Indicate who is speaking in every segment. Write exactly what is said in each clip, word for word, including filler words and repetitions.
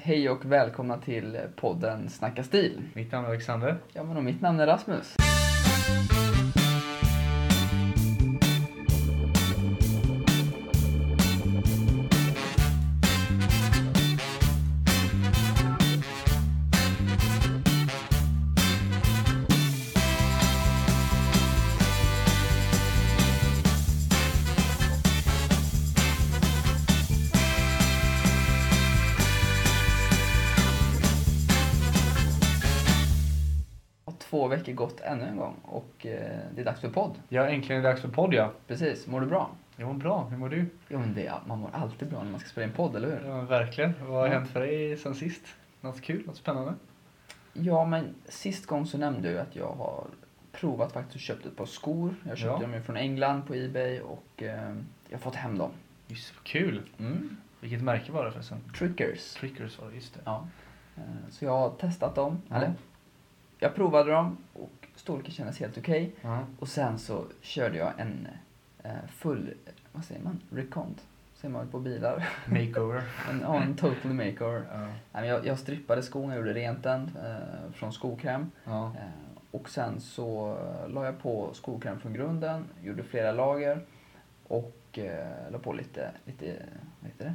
Speaker 1: Hej och välkomna till podden Snacka stil.
Speaker 2: Mitt namn är Alexander.
Speaker 1: Ja, men och mitt namn är Rasmus. Två veckor gått ännu en gång och eh, det är dags för podd.
Speaker 2: Ja, äntligen är det dags för podd, ja.
Speaker 1: Precis, mår du bra?
Speaker 2: Jag mår bra, hur mår du?
Speaker 1: Jo, men det, man mår alltid bra när man ska spela in podd, eller hur?
Speaker 2: Ja, verkligen. Vad har
Speaker 1: Ja.
Speaker 2: hänt för dig sen sist? Något kul, något spännande?
Speaker 1: Ja, men sist gång så nämnde jag att jag har provat faktiskt och köpt ett par skor. Jag köpte
Speaker 2: Ja.
Speaker 1: dem från England på eBay och eh, jag har fått hem dem.
Speaker 2: Just vad kul.
Speaker 1: Mm.
Speaker 2: Vilket märke var det förresten?
Speaker 1: Trickers.
Speaker 2: Trickers var det, just det.
Speaker 1: Ja. Eh, Så jag har testat dem.
Speaker 2: Ja.
Speaker 1: Eller, jag provade dem och storleken kändes helt okej.
Speaker 2: Ja.
Speaker 1: Och sen så körde jag en eh, full, vad säger man, recont. Säger man på bilar.
Speaker 2: Makeover.
Speaker 1: en, ja, en total makeover.
Speaker 2: Ja.
Speaker 1: Nej, men jag, jag strippade skon, jag gjorde rent den eh, från skokräm.
Speaker 2: Ja.
Speaker 1: Eh, och sen så eh, la jag på skokräm från grunden, gjorde flera lager och eh, la på lite, lite, vad heter det?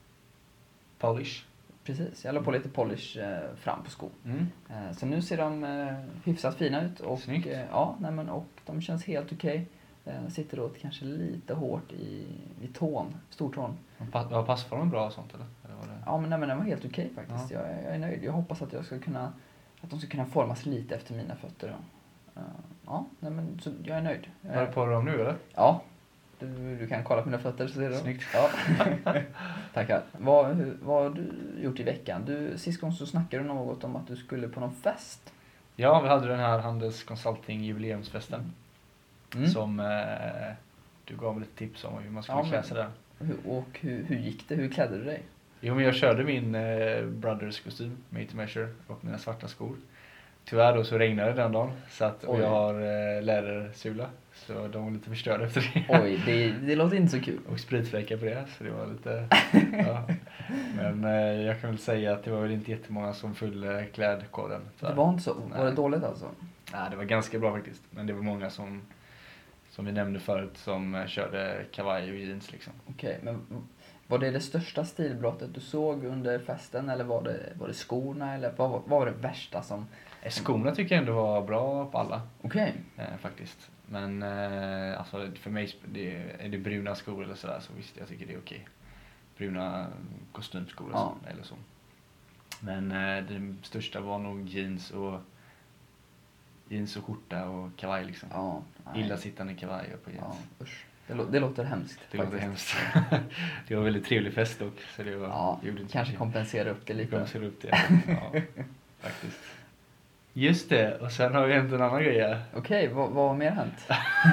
Speaker 2: Polish.
Speaker 1: Precis, jag la på lite polish eh, fram på skon.
Speaker 2: Mm.
Speaker 1: Eh, så nu ser de eh, hyfsat fina ut och,
Speaker 2: Snyggt.
Speaker 1: eh, ja, nej, men, och de känns helt okej. Eh, sitter då kanske lite hårt i, i tån, stortån.
Speaker 2: Var passformen bra och sånt eller? eller var det?
Speaker 1: Ja, men, nej, men den var helt okej faktiskt.
Speaker 2: Ja.
Speaker 1: Jag, jag är nöjd. Jag hoppas att jag ska kunna, att de ska kunna formas lite efter mina fötter. Då. Uh, ja, nej, men så jag är nöjd.
Speaker 2: Har du på dem nu eller?
Speaker 1: Ja, du, du kan kolla på mina fötter så ser du.
Speaker 2: Snyggt.
Speaker 1: Ja. Tackar. Vad, hur, vad har du gjort i veckan? Du, sist gång så snackade du något om att du skulle på någon fest.
Speaker 2: Ja, vi hade den här Handels Consulting jubileumsfesten.
Speaker 1: Mm.
Speaker 2: Som eh, du gav lite tips om hur man skulle
Speaker 1: Ja,
Speaker 2: klä
Speaker 1: men-
Speaker 2: sig där.
Speaker 1: Hur, och hur, hur gick det? Hur klädde du dig?
Speaker 2: Jo, men jag körde min eh, Brothers kostym, made to measure, och mina svarta skor. Tyvärr då så regnade det den dagen, så att, och
Speaker 1: Oj.
Speaker 2: jag har eh, lädersula, så de var lite förstörda efter det.
Speaker 1: Oj, det, det låter inte så kul.
Speaker 2: Och spritfläckar på det, så det var lite... ja. Men eh, jag kan väl säga att det var väl inte jättemånga som följde klädkoden.
Speaker 1: Det
Speaker 2: tyvärr.
Speaker 1: var inte så. Var det
Speaker 2: Nej.
Speaker 1: dåligt alltså?
Speaker 2: Nej, det var ganska bra faktiskt. Men det var många som, som vi nämnde förut, som eh, körde kavaj och jeans liksom.
Speaker 1: Okej, men var det det största stilbrottet du såg under festen eller var det, var det skorna eller vad, vad var det värsta som...
Speaker 2: Eh, Skorna tycker jag ändå var bra på alla.
Speaker 1: Okej,
Speaker 2: Eh, faktiskt. Men eh, alltså för mig sp- det, är det bruna skor eller sådär så visst, jag tycker det är okej. Bruna kostymskor och
Speaker 1: Ja.
Speaker 2: så, eller så. Men eh, det största var nog jeans och jeans och skjorta och kavaj liksom.
Speaker 1: ja. nej.
Speaker 2: Illasittande kavaj på jeans.
Speaker 1: Ja, usch. Det, lå- det låter hemskt.
Speaker 2: Det låter
Speaker 1: faktiskt.
Speaker 2: hemskt. Det var en väldigt trevlig fest dock. Så det var,
Speaker 1: Ja,
Speaker 2: det gjorde inte
Speaker 1: kanske
Speaker 2: mycket.
Speaker 1: kompensera upp det
Speaker 2: Det
Speaker 1: lite.
Speaker 2: kommer se upp det. Ja, faktiskt. Just det, och sen har vi hänt en annan grej här.
Speaker 1: Okej, vad, vad har mer hänt?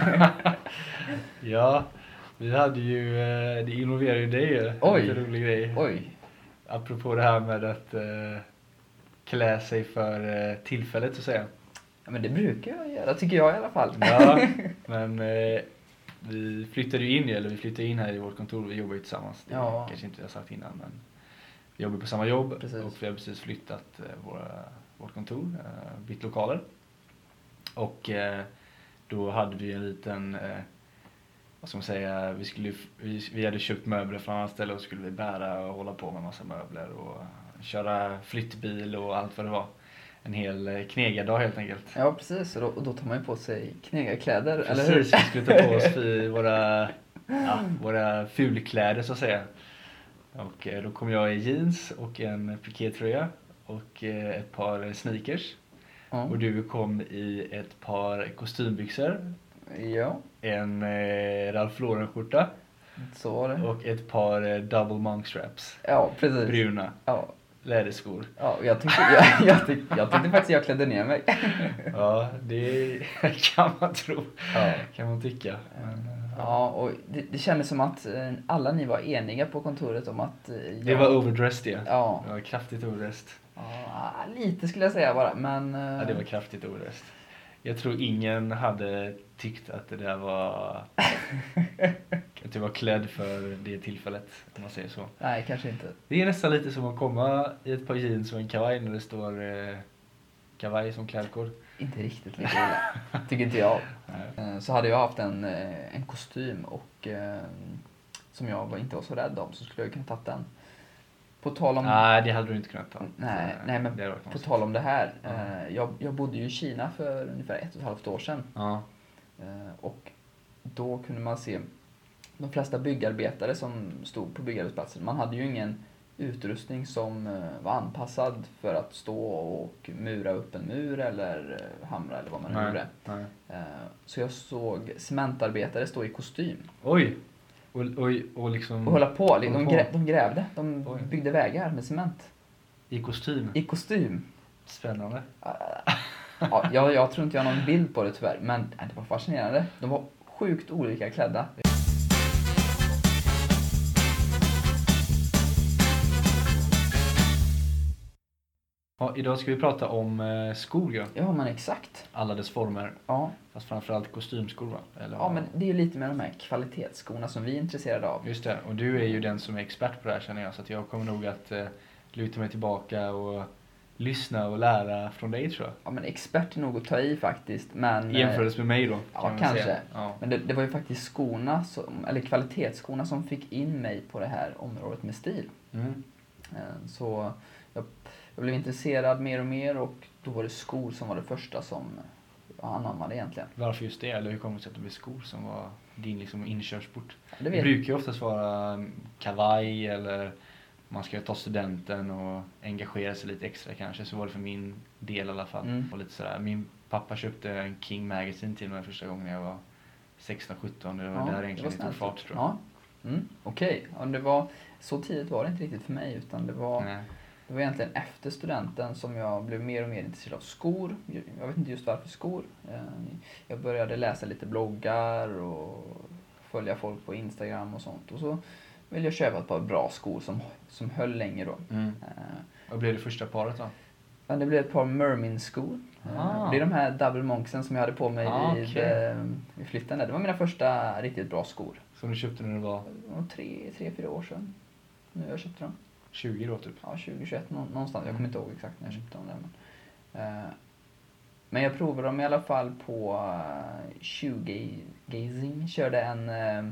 Speaker 2: Ja, vi hade ju, eh, det involverar ju dig ju.
Speaker 1: Oj.
Speaker 2: Lite rolig grej.
Speaker 1: Oj,
Speaker 2: Apropå det här med att eh, klä sig för eh, tillfället så att säga.
Speaker 1: ja, men det brukar jag göra, tycker jag i alla fall.
Speaker 2: Ja, men eh, vi flyttade ju in, eller vi flyttade in här i vårt kontor, vi jobbar ju tillsammans. Det
Speaker 1: Ja.
Speaker 2: kanske inte jag har sagt innan, men vi jobbar på samma jobb.
Speaker 1: Precis.
Speaker 2: Och vi har precis flyttat eh, våra, vårt kontor, eh, bytt lokaler. Och eh, då hade vi en liten, eh, vad ska man säga, vi, skulle, vi, vi hade köpt möbler från annat ställe och skulle vi bära och hålla på med massa möbler och köra flyttbil och allt vad det var. En hel eh, knegardag helt enkelt.
Speaker 1: Ja, precis. Och då, och då tar man ju på sig knegarkläder, eller hur?
Speaker 2: Precis, vi skulle ta på oss i våra, ja, våra fulkläder så att säga. Och eh, då kom jag i jeans och en pikétröja och eh, ett par sneakers.
Speaker 1: Ja.
Speaker 2: Och du kom i ett par kostymbyxor,
Speaker 1: Ja,
Speaker 2: en eh, Ralph Lauren-skjorta
Speaker 1: så var det.
Speaker 2: och ett par eh, double monk straps.
Speaker 1: Ja, precis.
Speaker 2: Bruna
Speaker 1: Ja,
Speaker 2: läderskor.
Speaker 1: ja och jag, tyckte, jag, jag, tyckte, jag tyckte faktiskt jag klädde ner mig.
Speaker 2: Ja, det kan man tro.
Speaker 1: Ja.
Speaker 2: Kan man tycka. Men, eh,
Speaker 1: Ja, och det, det kändes som att eh, alla ni var eniga på kontoret om att... eh,
Speaker 2: det
Speaker 1: jag-
Speaker 2: var overdressed, ja.
Speaker 1: Ja,
Speaker 2: Det var kraftigt overdressed.
Speaker 1: ja, lite skulle jag säga bara, men... eh,
Speaker 2: Ja, det var kraftigt overdressed. Jag tror ingen hade tyckt att det där var inte vara klädd för det tillfället, om man säger så.
Speaker 1: Nej, kanske inte.
Speaker 2: Det är nästan lite som att komma i ett par jeans och en kavaj när det står eh, kavaj som klädkod.
Speaker 1: Inte riktigt lika illa, tycker inte jag. Nej. Så hade jag haft en, en kostym och eh, som jag var inte var så rädd om, så skulle jag kunna ta den. På tal om...
Speaker 2: Nej, det hade du inte kunnat ta.
Speaker 1: Nej, nej men på tal om det här. Ja. Eh, jag, jag bodde ju i Kina för ungefär ett och ett halvt år sedan.
Speaker 2: Ja.
Speaker 1: Eh, och då kunde man se de flesta byggarbetare som stod på byggarbetsplatsen. Man hade ju ingen utrustning som eh, var anpassad för att stå och mura upp en mur eller eh, hamra eller vad man nu gjorde.
Speaker 2: Nej.
Speaker 1: Eh, så jag såg cementarbetare stå i kostym.
Speaker 2: Oj! Och, och, och liksom...
Speaker 1: Och hålla på. De,
Speaker 2: på.
Speaker 1: grä, de grävde. De
Speaker 2: Oj.
Speaker 1: byggde vägar med cement.
Speaker 2: I kostym?
Speaker 1: I kostym.
Speaker 2: Spännande.
Speaker 1: Ja, jag, jag tror inte jag har någon bild på det tyvärr. Men det var fascinerande. De var sjukt olika klädda.
Speaker 2: Ja, idag ska vi prata om eh, skor, ja.
Speaker 1: Ja, men exakt.
Speaker 2: Alla dess former.
Speaker 1: Ja.
Speaker 2: Fast framförallt kostymskor, va? Eller,
Speaker 1: ja, men det är ju lite med de här kvalitetsskorna som vi är intresserade av.
Speaker 2: Just det. Och du är ju den som är expert på det här, känner jag. Så att jag kommer nog att eh, luta mig tillbaka och lyssna och lära från dig, tror jag.
Speaker 1: Ja, men expert är nog att ta i faktiskt. Men,
Speaker 2: I jämförelse med mig då, kan
Speaker 1: ja,
Speaker 2: man
Speaker 1: kanske.
Speaker 2: säga. Ja.
Speaker 1: Men det, det var ju faktiskt skorna, som, eller kvalitetsskorna som fick in mig på det här området med stil.
Speaker 2: Mm.
Speaker 1: Så jag, jag blev intresserad mer och mer och då var det skor som var det första som jag anammade egentligen.
Speaker 2: Varför just det? Eller hur kommer det sig att det blev skor som var din liksom inkörsport?
Speaker 1: Det,
Speaker 2: det
Speaker 1: vet.
Speaker 2: brukar ju oftast vara kavaj eller man ska ta studenten och engagera sig lite extra kanske. Så var det för min del i alla fall.
Speaker 1: Mm.
Speaker 2: Och lite sådär. Min pappa köpte en King Magazine till mig första gången jag var sexton sjutton. Det var
Speaker 1: ja,
Speaker 2: där egentligen lite fart, tror jag.
Speaker 1: Ja. Mm. Okej, okay. Ja, det var så tidigt var det inte riktigt för mig, utan det var, det var egentligen efter studenten som jag blev mer och mer intresserad av skor. Jag vet inte just varför skor. Jag började läsa lite bloggar och följa folk på Instagram och sånt. Och så ville jag köpa ett par bra skor som, som höll länge då.
Speaker 2: Mm. Vad blev det första paret då?
Speaker 1: Det blev ett par Mermin-skor.
Speaker 2: Ah.
Speaker 1: Det är de här double monksen som jag hade på mig
Speaker 2: ah,
Speaker 1: vid,
Speaker 2: okay.
Speaker 1: vid flytten där. Det var mina första riktigt bra skor.
Speaker 2: Som du köpte när du var?
Speaker 1: Tre, tre, fyra år sedan. Nu jag köpte dem.
Speaker 2: tjugo då typ?
Speaker 1: Ja, tjugo, tjugoett någonstans. Jag kommer inte ihåg exakt när jag köpte dem där. Men, uh, men jag provade dem i alla fall på uh, shoegazing. Körde en... Uh,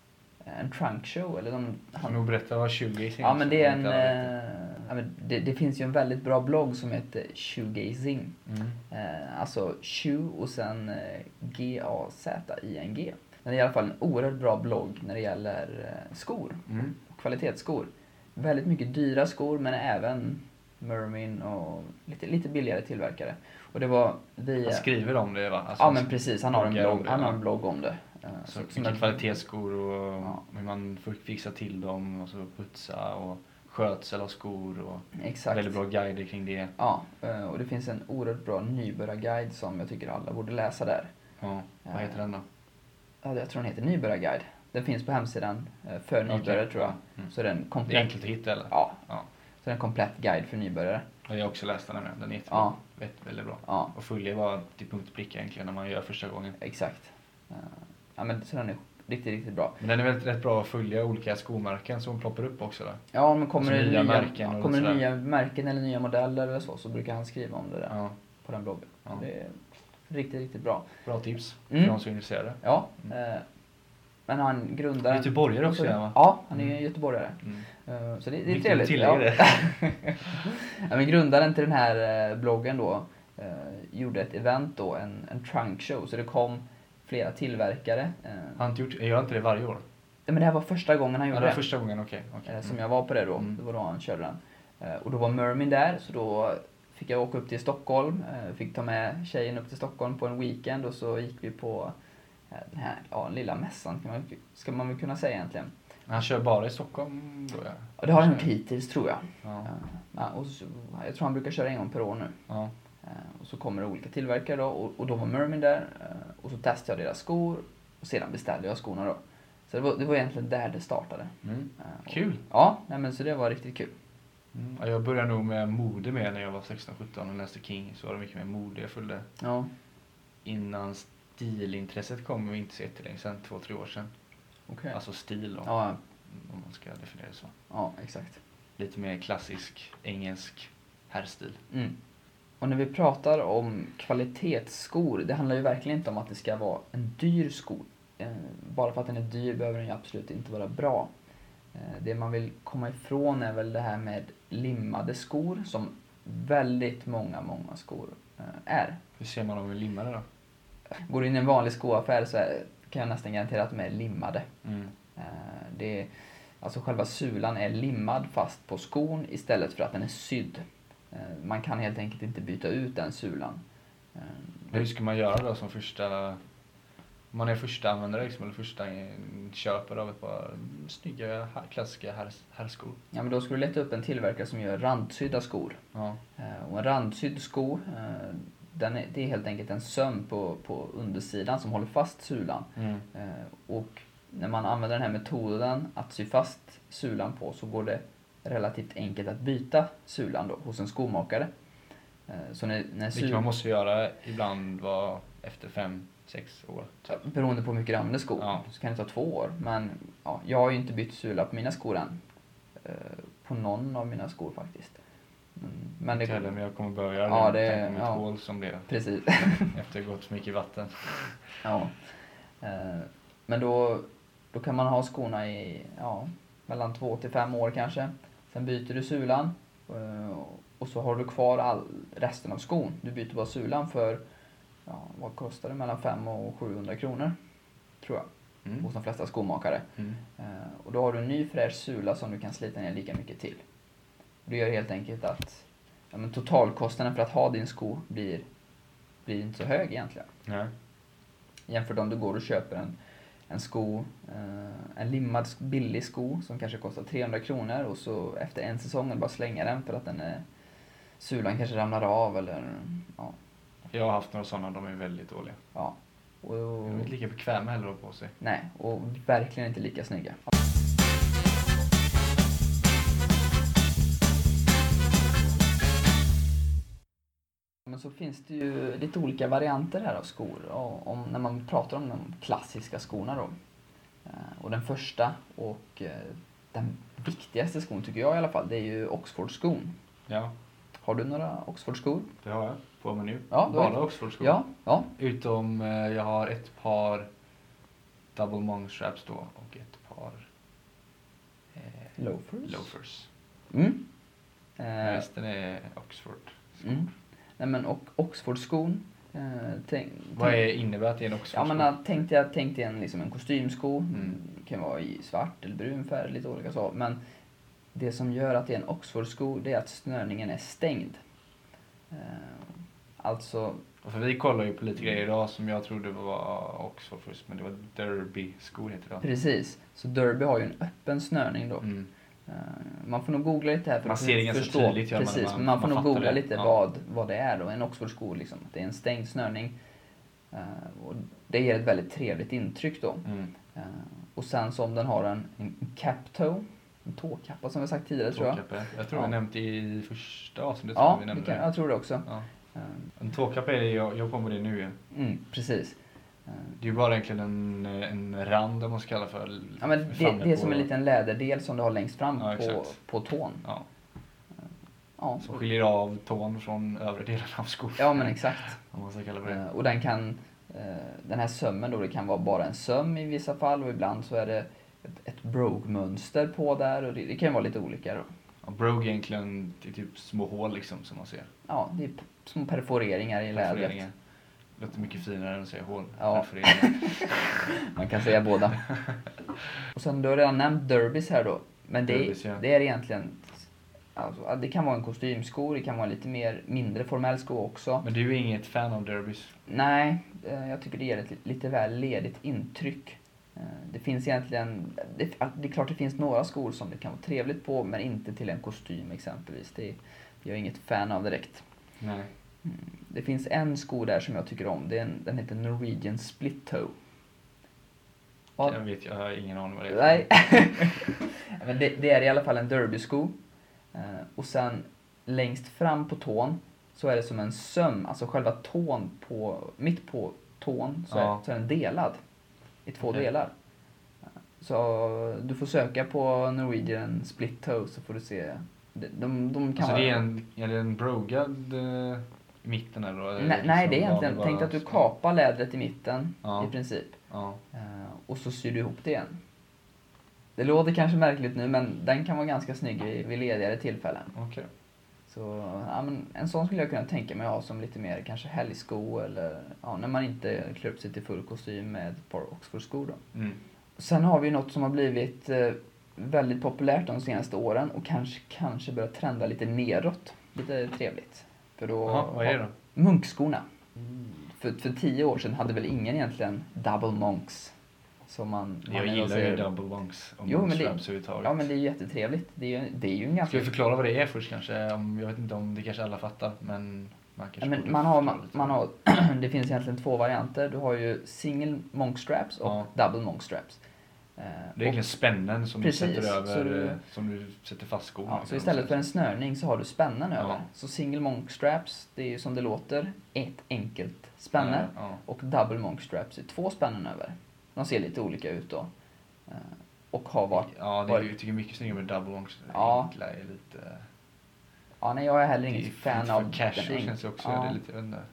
Speaker 1: en trunk show eller de
Speaker 2: han... Kan du berätta vad shoegazing är?
Speaker 1: Ja, men det är en eh, ja, men det, det finns ju en väldigt bra blogg som heter shoegazing. Mm. Eh, alltså shoe och sen eh, G A Z I N G. Men det är i alla fall en oerhört bra blogg när det gäller eh, skor.
Speaker 2: Mm.
Speaker 1: Kvalitetsskor. Väldigt mycket dyra skor men även Mermin och lite lite billigare tillverkare. Och det var via...
Speaker 2: Han skriver om det, va? Alltså,
Speaker 1: ja, men precis, han har en blogg,
Speaker 2: det,
Speaker 1: han har
Speaker 2: ja.
Speaker 1: en blogg om det.
Speaker 2: Så mycket kvalitetsskor och ja. hur man får fixa till dem och så putsa och skötsel av skor och
Speaker 1: exakt.
Speaker 2: Väldigt bra guider kring det.
Speaker 1: Ja, och det finns en oerhört bra nybörjarguide som jag tycker alla borde läsa där.
Speaker 2: Ja, vad heter den då?
Speaker 1: Ja, jag tror den heter Nybörjarguide. Den finns på hemsidan för nybörjare, okay. tror jag.
Speaker 2: Mm.
Speaker 1: Så den komplett...
Speaker 2: Det är enkelt att hitta, eller?
Speaker 1: Ja.
Speaker 2: ja.
Speaker 1: Så det är en komplett guide för nybörjare.
Speaker 2: Och jag har också läst den här, den är jättebra.
Speaker 1: Ja.
Speaker 2: Vet, väldigt bra.
Speaker 1: Ja.
Speaker 2: Och följer bara till punkt och pricka egentligen när man gör första gången.
Speaker 1: Exakt. Ja, men så den är riktigt, riktigt bra.
Speaker 2: Men den är väldigt rätt bra att följa olika skomärken som ploppar upp också då.
Speaker 1: Ja, men kommer det nya,
Speaker 2: nya märken,
Speaker 1: ja, kommer det nya märken eller nya modeller eller så, så brukar han skriva om det där
Speaker 2: ja.
Speaker 1: på den bloggen.
Speaker 2: Ja.
Speaker 1: Det är riktigt, riktigt bra.
Speaker 2: Bra tips
Speaker 1: mm.
Speaker 2: för de som är intresserade.
Speaker 1: Ja, mm. eh, men han grundar...
Speaker 2: Göteborgare också, ja, va?
Speaker 1: Ja, han är ju
Speaker 2: mm.
Speaker 1: göteborgare.
Speaker 2: Mm.
Speaker 1: Uh, så det, det är trevligt. Ja.
Speaker 2: Det.
Speaker 1: ja, men grundaren till den här eh, bloggen då eh, gjorde ett event då, en, en trunk show, så det kom flera tillverkare. Eh,
Speaker 2: han inte gjort, jag gör inte det varje år?
Speaker 1: Ja, men det här var första gången han gjorde
Speaker 2: ja, det.
Speaker 1: det.
Speaker 2: första gången, okej. Okay, okay.
Speaker 1: Eh, som jag var på det då,
Speaker 2: mm.
Speaker 1: det var då han körde den. Eh, och då var Mermin där, så då fick jag åka upp till Stockholm, eh, fick ta med tjejen upp till Stockholm på en weekend och så gick vi på eh, den här ja, lilla mässan, kan man, ska man väl kunna säga egentligen.
Speaker 2: Han kör bara i Stockholm då, ja?
Speaker 1: Ja, det har han gjort hittills, tror jag.
Speaker 2: Ja.
Speaker 1: Ja, och så, jag tror han brukar köra en gång per år nu.
Speaker 2: Ja.
Speaker 1: Och så kommer det olika tillverkare då, och, och då var Mermin där, och så testade jag deras skor och sedan beställde jag skorna då. Så det var, det var egentligen där det startade.
Speaker 2: Mm.
Speaker 1: Och,
Speaker 2: kul!
Speaker 1: Ja, nej, men så det var riktigt kul.
Speaker 2: Mm. Ja, jag började nog med mode med när jag var sexton sjutton och läste King, så var det mycket mer mode jag följde.
Speaker 1: Ja.
Speaker 2: Innan stilintresset kom, och inte så jättelänge sedan, två, tre år sedan.
Speaker 1: Okay.
Speaker 2: Alltså stil då,
Speaker 1: ja.
Speaker 2: om man ska definiera det så.
Speaker 1: Ja, exakt.
Speaker 2: Lite mer klassisk engelsk herrstil.
Speaker 1: Mm. Och när vi pratar om kvalitetsskor, det handlar ju verkligen inte om att det ska vara en dyr sko. Eh, bara för att den är dyr behöver den ju absolut inte vara bra. Eh, det man vill komma ifrån är väl det här med limmade skor som väldigt många, många skor eh, är.
Speaker 2: Hur ser man om de är limmade då?
Speaker 1: Går du in i en vanlig skoaffär så är, kan jag nästan garantera att de är limmade.
Speaker 2: Mm.
Speaker 1: Eh, det är, alltså själva sulan är limmad fast på skon istället för att den är sydd. Man kan helt enkelt inte byta ut den sulan.
Speaker 2: Hur ska man göra då som första... Om man är första användare liksom, eller första köpare av ett par snygga klassiska herrskor?
Speaker 1: Ja, men då ska du leta upp en tillverkare som gör randsydda skor.
Speaker 2: Ja.
Speaker 1: Och en randsydd sko, den är, det är helt enkelt en söm på, på undersidan som håller fast sulan.
Speaker 2: Mm.
Speaker 1: Och när man använder den här metoden att sy fast sulan på så går det relativt enkelt att byta sulan då hos en skomakare. Så när, när
Speaker 2: Vilket man måste göra ibland var efter fem, sex år.
Speaker 1: Typ. Beroende på hur mycket du använder skor.
Speaker 2: Ja.
Speaker 1: Så kan det ta två år. Men ja, jag har ju inte bytt sula på mina skor än. På någon av mina skor faktiskt.
Speaker 2: Men det heller, men jag kommer börja göra
Speaker 1: ja,
Speaker 2: det.
Speaker 1: det
Speaker 2: Tänk på mitt
Speaker 1: ja,
Speaker 2: hål som blev.
Speaker 1: Precis.
Speaker 2: Efter att ha gått så mycket vatten.
Speaker 1: Ja. Men då, då kan man ha skorna i ja, mellan två till fem år kanske. Sen byter du sulan och så har du kvar all resten av skon. Du byter bara sulan för, ja, vad kostar det? Mellan fem och sjuhundra kronor, tror jag, mm. hos de flesta skomakare. Mm. Och då har du en ny fräsch sula som du kan slita ner lika mycket till. Det gör helt enkelt att ja, men totalkostnaden för att ha din sko blir, blir inte så hög egentligen.
Speaker 2: Nej.
Speaker 1: Jämfört om du går och köper en En sko, eh, en limmad billig sko som kanske kostar trehundra kronor och så efter en säsong bara slänga den för att den är, sulan kanske ramlar av eller ja.
Speaker 2: Jag har haft några sådana, de är väldigt dåliga.
Speaker 1: Ja. Och,
Speaker 2: de är inte lika bekväma heller på sig.
Speaker 1: Nej, och verkligen inte lika snygga. Men så finns det ju lite olika varianter här av skor och om, när man pratar om de klassiska skorna då. Och den första och den viktigaste skon tycker jag i alla fall, det är ju Oxford-skon.
Speaker 2: Ja.
Speaker 1: Har du några Oxford-skor?
Speaker 2: Det har jag på mig nu.
Speaker 1: Ja,
Speaker 2: bara
Speaker 1: är...
Speaker 2: Oxford-skor.
Speaker 1: Ja, ja.
Speaker 2: Utom jag har ett par double mong straps då och ett par
Speaker 1: eh, loafers.
Speaker 2: loafers.
Speaker 1: Mm.
Speaker 2: Eh, Resten är Oxford-skor.
Speaker 1: Mm. Nej men och Oxford-skon. Eh, tänk,
Speaker 2: Vad är, innebär att det är en Oxford-sko?
Speaker 1: Ja men tänk dig, tänk dig en, liksom en kostymsko.
Speaker 2: Mm.
Speaker 1: Det kan vara i svart eller brun färg, lite olika så. Men det som gör att det är en Oxford-sko, det är att snörningen är stängd. Eh, alltså...
Speaker 2: Och för vi kollar ju på lite grejer idag som jag trodde var Oxford först, men det var Derby-skor heter det.
Speaker 1: Precis. Så Derby har ju en öppen snörning då. Mm. Man får nog googla lite här för
Speaker 2: man
Speaker 1: att
Speaker 2: ser det ganska
Speaker 1: förstå.
Speaker 2: Tydligt,
Speaker 1: precis,
Speaker 2: man,
Speaker 1: men man får
Speaker 2: man
Speaker 1: nog googla
Speaker 2: det.
Speaker 1: lite
Speaker 2: ja.
Speaker 1: vad, vad det är då. En Oxford-sko liksom. Det är en stängd snörning. Uh, och det ger ett väldigt trevligt intryck då. Mm. Uh, och sen som den har en, en cap toe. En tåkappa som vi sagt tidigare tror jag.
Speaker 2: Jag tror ja. jag nämnt i första avsnittet.
Speaker 1: Ja,
Speaker 2: vi nämnde
Speaker 1: kan,
Speaker 2: det.
Speaker 1: jag tror det också.
Speaker 2: Ja. Uh, en tåkappa är det, jag, jag kommer det nu.
Speaker 1: Mm, precis.
Speaker 2: Det är ju bara egentligen en, en rand om man ska kalla för.
Speaker 1: Ja, men det, det är som en liten läderdel som du har längst fram
Speaker 2: ja,
Speaker 1: på, på tån.
Speaker 2: Ja.
Speaker 1: Ja.
Speaker 2: Som skiljer av tån från övre delen av skon.
Speaker 1: Ja men exakt.
Speaker 2: Om man ska kalla det.
Speaker 1: Och den kan, den här sömmen då, det kan vara bara en söm i vissa fall och ibland så är det ett, ett brogue-mönster på där och det, det kan vara lite olika då.
Speaker 2: Ja, brogue egentligen det är typ små hål liksom som man ser.
Speaker 1: Ja, det är små perforeringar i lädret.
Speaker 2: Det låter mycket finare än att säga hål.
Speaker 1: Ja. Man kan säga båda. Och sen du har redan nämnt derbys här då. Men det,
Speaker 2: derbys, ja.
Speaker 1: det är egentligen... Alltså, det kan vara en kostymsko, det kan vara lite mer mindre formell sko också.
Speaker 2: Men du är inget fan av derbys?
Speaker 1: Nej, jag tycker det ger ett lite väl ledigt intryck. Det finns egentligen... Det, det är klart det finns några skor som det kan vara trevligt på, men inte till en kostym exempelvis. Det, jag är inget fan av direkt.
Speaker 2: Nej.
Speaker 1: Det finns en sko där som jag tycker om. Det är en, den heter Norwegian Split Toe.
Speaker 2: Och, jag vet, jag har ingen aning vad det är.
Speaker 1: Nej. Men det, det är i alla fall en derby-sko. Uh, och sen längst fram på tån så är det som en söm. Alltså själva tån på, mitt på tån så, ja. är, så är den delad i två okay. delar. Uh, Så du får söka på Norwegian split toe så får du se. De, de, de kan
Speaker 2: alltså
Speaker 1: vara...
Speaker 2: det är en, är det en brogad eh, i mitten eller då?
Speaker 1: Nej,
Speaker 2: liksom
Speaker 1: nej, det är egentligen,
Speaker 2: bara...
Speaker 1: tänk att du kapar lädret i mitten
Speaker 2: ja.
Speaker 1: i princip.
Speaker 2: Ja.
Speaker 1: Uh, och så syr du ihop det igen. Det låter kanske märkligt nu, men den kan vara ganska snygg vid, vid ledigare tillfällen.
Speaker 2: Okej. Okay.
Speaker 1: Så ja, men en sån skulle jag kunna tänka mig ha som lite mer kanske helgsko eller ja, när man inte klär upp sig till full kostym med ett par Oxford-skor då.
Speaker 2: Mm.
Speaker 1: Sen har vi något som har blivit eh, väldigt populärt de senaste åren och kanske, kanske börjar trenda lite neråt. Lite trevligt. För då
Speaker 2: Aha, vad är det då?
Speaker 1: Munkskorna. Mm. För, för tio år sedan hade väl ingen egentligen double monks. Som man,
Speaker 2: jag
Speaker 1: man
Speaker 2: gillar
Speaker 1: säger.
Speaker 2: ju double monks och
Speaker 1: jo, men det,
Speaker 2: överhuvudtaget.
Speaker 1: ja, men det är jättetrevligt. Det är ju, det är ju en ganska...
Speaker 2: Ska vi förklara vad det är först kanske? Om, jag vet inte om det kanske alla fattar, men man kanske
Speaker 1: ja, men man har, man, man har det finns egentligen två varianter. Du har ju single monk straps och
Speaker 2: ja.
Speaker 1: double monk straps.
Speaker 2: Det är egentligen spännen som
Speaker 1: precis,
Speaker 2: du sätter över,
Speaker 1: du,
Speaker 2: som du sätter fast skon.
Speaker 1: Ja, så istället för en snörning så har du spännen över.
Speaker 2: Ja.
Speaker 1: Så single monk straps, det är ju som det låter, ett enkelt spänne.
Speaker 2: Ja, ja.
Speaker 1: Och double monk straps är två spännen över. De ser lite olika ut då. Och har varit...
Speaker 2: Ja, det är, jag tycker mycket snyggare med double monks.
Speaker 1: Ja.
Speaker 2: Enkla är lite...
Speaker 1: Ja, nej, jag är heller inget fan av...
Speaker 2: Det är casual känns det också.
Speaker 1: Ja.
Speaker 2: Det är lite, jag vet inte,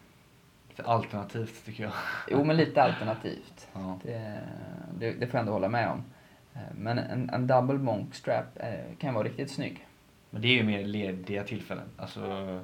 Speaker 2: lite alternativt tycker jag.
Speaker 1: Jo, men lite alternativt.
Speaker 2: Ja.
Speaker 1: Det, det, det får jag ändå hålla med om. Men en, en double monk strap kan vara riktigt snygg.
Speaker 2: Men det är ju mer lediga tillfällen. Alltså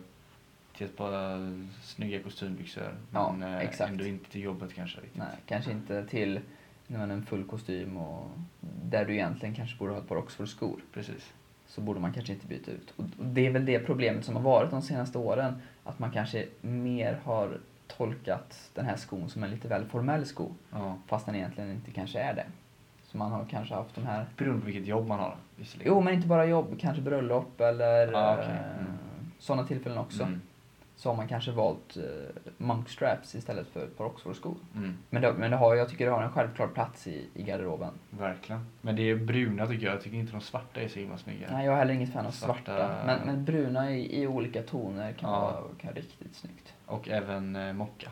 Speaker 2: till ett par snygga kostymbyxor.
Speaker 1: Ja,
Speaker 2: men
Speaker 1: exakt.
Speaker 2: ändå inte till jobbet kanske riktigt.
Speaker 1: Nej, kanske inte till när en full kostym och där du egentligen kanske borde ha ett par Oxford-skor.
Speaker 2: Precis.
Speaker 1: Så borde man kanske inte byta ut. Och det är väl det problemet som har varit de senaste åren. Att man kanske mer har tolkat den här skon som en lite väl formell sko.
Speaker 2: Ja.
Speaker 1: Fast den egentligen inte kanske är det. Så man har kanske haft de här...
Speaker 2: Beroende på vilket jobb man har. Visserligen.
Speaker 1: Jo, men inte bara jobb. Kanske bröllop eller
Speaker 2: ah, okay. mm.
Speaker 1: sådana tillfällen också.
Speaker 2: Mm.
Speaker 1: Så har man kanske valt uh, monk straps istället för ett par Oxford-skor.
Speaker 2: Mm.
Speaker 1: Men, det, men det har, jag tycker det har en självklar plats i, i garderoben.
Speaker 2: Verkligen. Men det är bruna tycker jag. Jag tycker inte de svarta är så himla snygga.
Speaker 1: Nej, jag är heller inget fan av svarta.
Speaker 2: Svarta...
Speaker 1: Men, men bruna i, i olika toner kan
Speaker 2: ja.
Speaker 1: vara kan vara riktigt snyggt.
Speaker 2: Och även eh, mocka.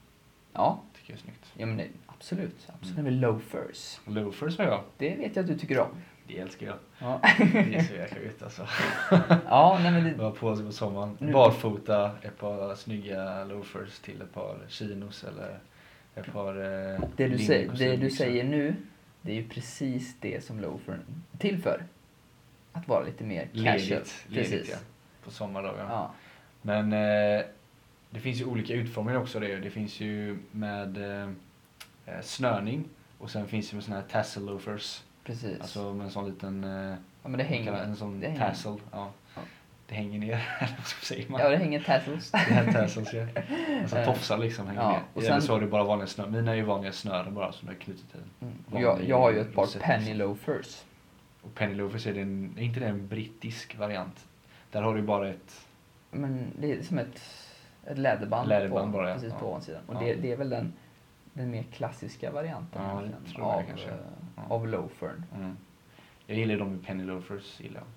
Speaker 1: Ja.
Speaker 2: Tycker jag är snyggt.
Speaker 1: Ja, men det, absolut. Absolut.
Speaker 2: Mm.
Speaker 1: Med loafers.
Speaker 2: Loafers var jag.
Speaker 1: Det vet jag att du tycker om.
Speaker 2: Det älskar jag.
Speaker 1: Ja.
Speaker 2: Det är så jäkla gött alltså.
Speaker 1: Ja, nej men det...
Speaker 2: Bara på sig på sommaren.
Speaker 1: Nu...
Speaker 2: Barfota, ett par snygga loafers till ett par chinos eller ett par eh,
Speaker 1: det, du säger, det du säger nu, det är ju precis det som loafern är till för. Att vara lite mer casual.
Speaker 2: Ledigt, ledigt ja. På sommardagar.
Speaker 1: Ja.
Speaker 2: Men eh, det finns ju olika utformningar också det. Det finns ju med eh, snörning och sen finns det med såna här tassel loafers.
Speaker 1: Precis.
Speaker 2: Alltså med en sån liten eh,
Speaker 1: ja, men det hänger,
Speaker 2: en sån
Speaker 1: det
Speaker 2: tassel.
Speaker 1: hänger.
Speaker 2: Ja.
Speaker 1: Ja.
Speaker 2: Det hänger ner, eller vad säger man?
Speaker 1: Ja, det hänger tassels.
Speaker 2: Det är tassels, ja. Alltså tofsar liksom hänger
Speaker 1: ja,
Speaker 2: ner.
Speaker 1: Och
Speaker 2: Eller
Speaker 1: sen,
Speaker 2: så har du bara vanliga snör. Mina är ju vanliga snören bara som är knutet till.
Speaker 1: Mm. Jag, jag har ju ett par
Speaker 2: rosett.
Speaker 1: penny loafers.
Speaker 2: Och penny loafers är, det en, är inte det en brittisk variant? Där har du bara ett...
Speaker 1: Men det är som ett, ett läderband,
Speaker 2: läderband
Speaker 1: på,
Speaker 2: bara, ja.
Speaker 1: precis
Speaker 2: Ja.
Speaker 1: på ovansidan. Och
Speaker 2: Ja.
Speaker 1: det, det är väl den, den mer klassiska varianten
Speaker 2: Ja,
Speaker 1: egentligen,
Speaker 2: det tror jag
Speaker 1: av,
Speaker 2: kanske.
Speaker 1: eh,
Speaker 2: Ja.
Speaker 1: av loafern.
Speaker 2: Mm. Jag gillar de med penny loafers, gillar jag.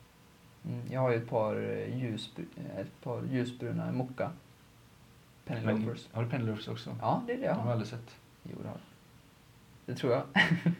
Speaker 1: Mm, jag har ju ett par, eh, ljusbr ett par ljusbruna mocka penny
Speaker 2: Men,
Speaker 1: loafers.
Speaker 2: har du penny loafers också?
Speaker 1: Ja, det är det jag
Speaker 2: De har jag
Speaker 1: har.
Speaker 2: aldrig sett.
Speaker 1: Jo, det har jag. Det tror jag.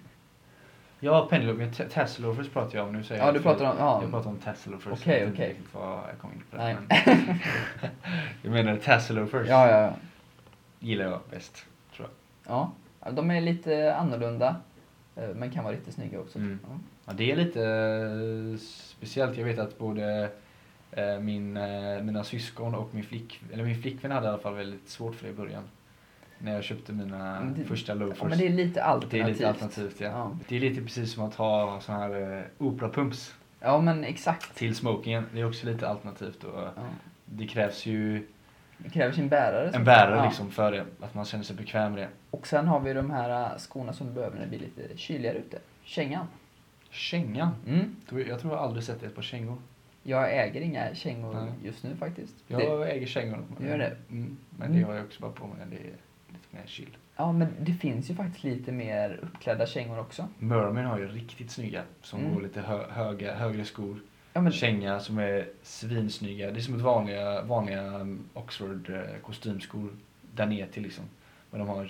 Speaker 2: Ja, penny loafers, men tassel loafers pratar jag om nu. Säger
Speaker 1: Ja,
Speaker 2: jag
Speaker 1: du
Speaker 2: för-
Speaker 1: pratar om... Ja.
Speaker 2: Jag pratar om tassel loafers.
Speaker 1: Okej,
Speaker 2: Jag vet inte
Speaker 1: okej.
Speaker 2: riktigt vad jag kom in på det.
Speaker 1: Nej.
Speaker 2: Men jag menar tassel loafers.
Speaker 1: Ja, ja, ja.
Speaker 2: Gillar jag bäst, tror jag.
Speaker 1: Ja, de är lite annorlunda. eh, Men kan vara riktigt snygga också.
Speaker 2: Mm.
Speaker 1: Ja.
Speaker 2: Ja, det är lite eh, speciellt. Jag vet att både eh, min, eh, mina syskon och min flick, eller min flickvän hade i alla fall väldigt svårt för det i början. När jag köpte mina
Speaker 1: Men det-
Speaker 2: första loafers.
Speaker 1: Ja, men det är lite
Speaker 2: det är
Speaker 1: alternativt.
Speaker 2: lite alternativt, ja.
Speaker 1: Ja.
Speaker 2: Det är lite precis som att ha sån här eh, operapumps
Speaker 1: Ja, men exakt.
Speaker 2: till smokingen. Det är också lite alternativt. Och
Speaker 1: Ja.
Speaker 2: det krävs ju
Speaker 1: Det kräver sin bärare.
Speaker 2: en bärare
Speaker 1: Ja.
Speaker 2: liksom för det. Att man känner sig bekväm med det.
Speaker 1: Och sen har vi de här äh, skorna som du behöver när det blir lite kyligare ute. Kängan.
Speaker 2: Kängan.
Speaker 1: Mm.
Speaker 2: Jag tror jag aldrig sett ett par kängor.
Speaker 1: Jag äger inga kängor
Speaker 2: Nej.
Speaker 1: just nu faktiskt.
Speaker 2: Jag
Speaker 1: Det,
Speaker 2: äger kängor.
Speaker 1: Du gör det?
Speaker 2: Mm, men
Speaker 1: Mm.
Speaker 2: det har jag också bara på mig. Det är lite mer chill.
Speaker 1: ja, men det finns ju faktiskt lite mer uppklädda kängor också.
Speaker 2: Merman har ju riktigt snygga. Som
Speaker 1: Mm.
Speaker 2: går lite hö höga, högre skor.
Speaker 1: Ja, men,
Speaker 2: Känga som är svinsnygga. Det är som ett vanliga, vanliga Oxford eh, kostymskor där ner till liksom. Men de har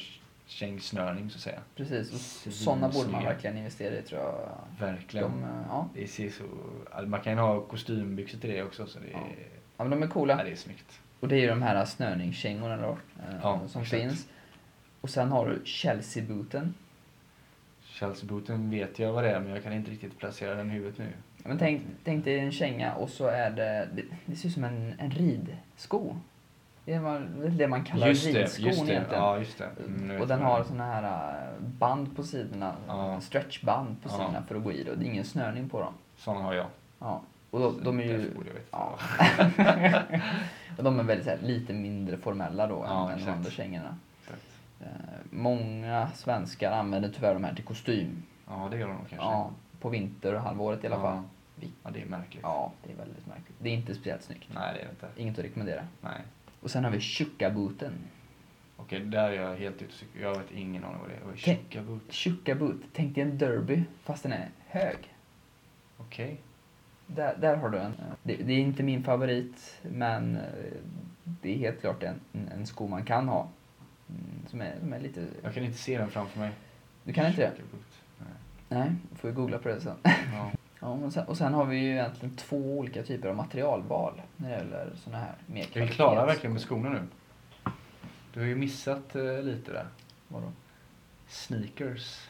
Speaker 2: kängsnörning så att säga.
Speaker 1: Precis, och sådana borde man verkligen investera i tror jag.
Speaker 2: Verkligen.
Speaker 1: De, ja.
Speaker 2: Det ser så, man kan ju ha kostymbyxor till det också så det är,
Speaker 1: ja. Ja, men de är coola.
Speaker 2: Ja, det är snyggt.
Speaker 1: Och det är ju de här snörningskängorna då, ja, som exakt. Finns. Och sen har du Chelsea-booten.
Speaker 2: Chelsea-booten vet jag vad det är, men jag kan inte riktigt placera den i huvudet nu.
Speaker 1: Men tänk, tänk dig en känga och så är det, det, det ser ut som en, en ridsko. Det är det man kallar
Speaker 2: just
Speaker 1: ridskon
Speaker 2: det, just det.
Speaker 1: egentligen.
Speaker 2: Ja, just det.
Speaker 1: Mm, och den har såna här band på sidorna,
Speaker 2: ja.
Speaker 1: stretchband på sidorna
Speaker 2: ja.
Speaker 1: för att gå i. Och det är ingen snörning på dem.
Speaker 2: Såna har jag.
Speaker 1: Ja. Och de, de är ju... Ja. Och de är väldigt så här, lite mindre formella då ja, än de andra kängorna. Eh, många svenskar använder tyvärr de här till kostym.
Speaker 2: Ja, det gör de kanske.
Speaker 1: Ja, på vinterhalvåret i alla
Speaker 2: ja.
Speaker 1: fall.
Speaker 2: Ja, det är märkligt.
Speaker 1: Ja, det är väldigt märkligt. Det är inte speciellt snyggt.
Speaker 2: Nej, det är inte.
Speaker 1: Inget att rekommendera.
Speaker 2: Nej.
Speaker 1: Och sen har vi Chukka-booten.
Speaker 2: Okej, där är jag helt ute. Jag vet ingen aning vad det är. Vad är Chukka-boot?
Speaker 1: Chukka-boot. Tänk dig en derby, fast den är hög.
Speaker 2: Okej. Okay.
Speaker 1: Där, där har du en. Det, det är inte min favorit, men det är helt klart en, en sko man kan ha. Som är, som är lite...
Speaker 2: Jag kan inte se den framför mig.
Speaker 1: Du kan inte det?
Speaker 2: Nej.
Speaker 1: Nej, då får vi googla på det sen.
Speaker 2: Ja.
Speaker 1: Ja, och, sen, och sen har vi ju egentligen två olika typer av materialval när det gäller såna här mer
Speaker 2: kvalitets... Är vi klara verkligen med skorna nu? Du har ju missat uh, lite där.
Speaker 1: Vadå?
Speaker 2: Sneakers.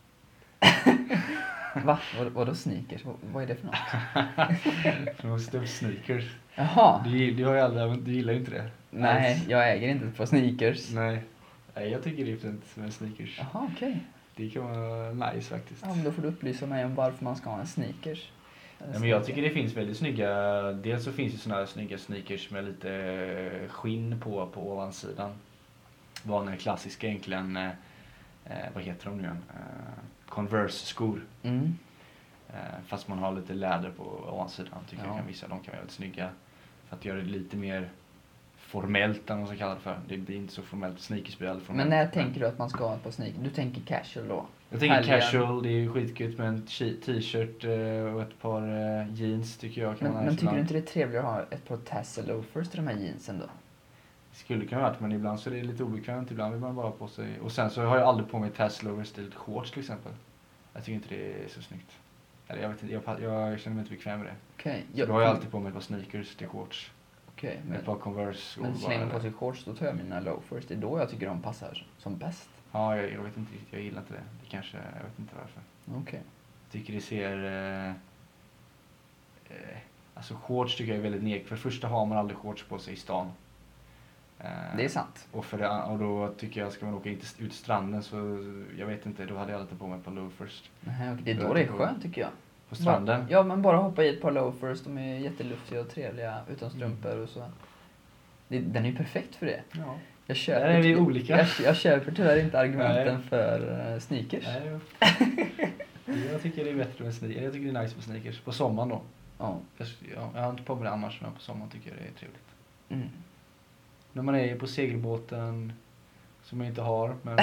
Speaker 1: Va? Vad, vadå sneakers? Vad, vad är det för något?
Speaker 2: Du måste upp sneakers.
Speaker 1: Jaha.
Speaker 2: Du, du, har ju aldrig, du gillar ju inte det.
Speaker 1: Nej,
Speaker 2: alls.
Speaker 1: Jag äger inte ett par sneakers.
Speaker 2: Nej. Nej, jag tycker det är fint med sneakers.
Speaker 1: Jaha, okej. Okay.
Speaker 2: Det kan vara nice faktiskt.
Speaker 1: Ja, men då får du upplysa mig om varför man ska ha en sneakers.
Speaker 2: Ja, men jag tycker det finns väldigt snygga, dels så finns det såna här snygga sneakers med lite skinn på på ovansidan. Vanliga klassiska egentligen, eh, vad heter de nu igen? Eh, Converse-skor.
Speaker 1: Mm.
Speaker 2: Eh, fast man har lite läder på ovansidan tycker
Speaker 1: ja.
Speaker 2: jag kan vissa. De kan vara väldigt snygga för att göra det lite mer formellt än vad man ska kalla det för. Det blir inte så formellt, sneakers blir aldrig formellt.
Speaker 1: Men när tänker du att man ska ha ett par sneakers? Du tänker casual då?
Speaker 2: Jag tänker Helgen. Casual, det är ju skitkul med en t-shirt och ett par jeans tycker jag kan
Speaker 1: men,
Speaker 2: vara
Speaker 1: Men
Speaker 2: nice
Speaker 1: tycker
Speaker 2: ibland.
Speaker 1: du inte det är trevligare att ha ett par tassel loafers till de här jeansen då?
Speaker 2: Det skulle kunna vara, men ibland så är det lite obekvämt, ibland vill man bara på sig. Och sen så har jag aldrig på mig tassel loafers till shorts till exempel. Jag tycker inte det är så snyggt. Eller jag vet inte, jag, jag känner mig inte bekväm med det.
Speaker 1: Okej.
Speaker 2: Okay. Så då har jag alltid på mig ett par sneakers till shorts.
Speaker 1: Okej. Okay,
Speaker 2: ett par Converse.
Speaker 1: Men slänger man på sig shorts, då tar jag mina loafers. Det är då jag tycker de passar som bäst.
Speaker 2: Ja, jag, jag vet inte riktigt. Jag gillar inte det. Det kanske, jag vet inte varför.
Speaker 1: Okej. Okay.
Speaker 2: Jag tycker det ser... Eh, eh, alltså shorts tycker jag är väldigt nek. För det första har man aldrig shorts på sig i stan. Eh,
Speaker 1: det är sant.
Speaker 2: Och, för det, och då tycker jag, ska man åka ut till stranden så, jag vet inte, då hade jag alltid på mig ett par loafers.
Speaker 1: Nej, okay. Det är då det är skönt tycker jag.
Speaker 2: På stranden?
Speaker 1: Bara, ja, men bara hoppa i ett par loafers. De är jätteluftiga och trevliga utan strumpor mm. och så. Det, den är ju perfekt för det.
Speaker 2: Ja.
Speaker 1: Jag köper,
Speaker 2: där är vi olika.
Speaker 1: Jag, jag köper tyvärr inte argumenten Nej. för uh, sneakers.
Speaker 2: Nej, jag, jag tycker det är bättre med sneakers. Jag tycker det är nice med sneakers. På sommaren då.
Speaker 1: Ja.
Speaker 2: Jag, jag, jag har inte på mig det annars, men på sommaren tycker jag det är trevligt.
Speaker 1: Mm.
Speaker 2: När man är på segelbåten, som jag inte har, men...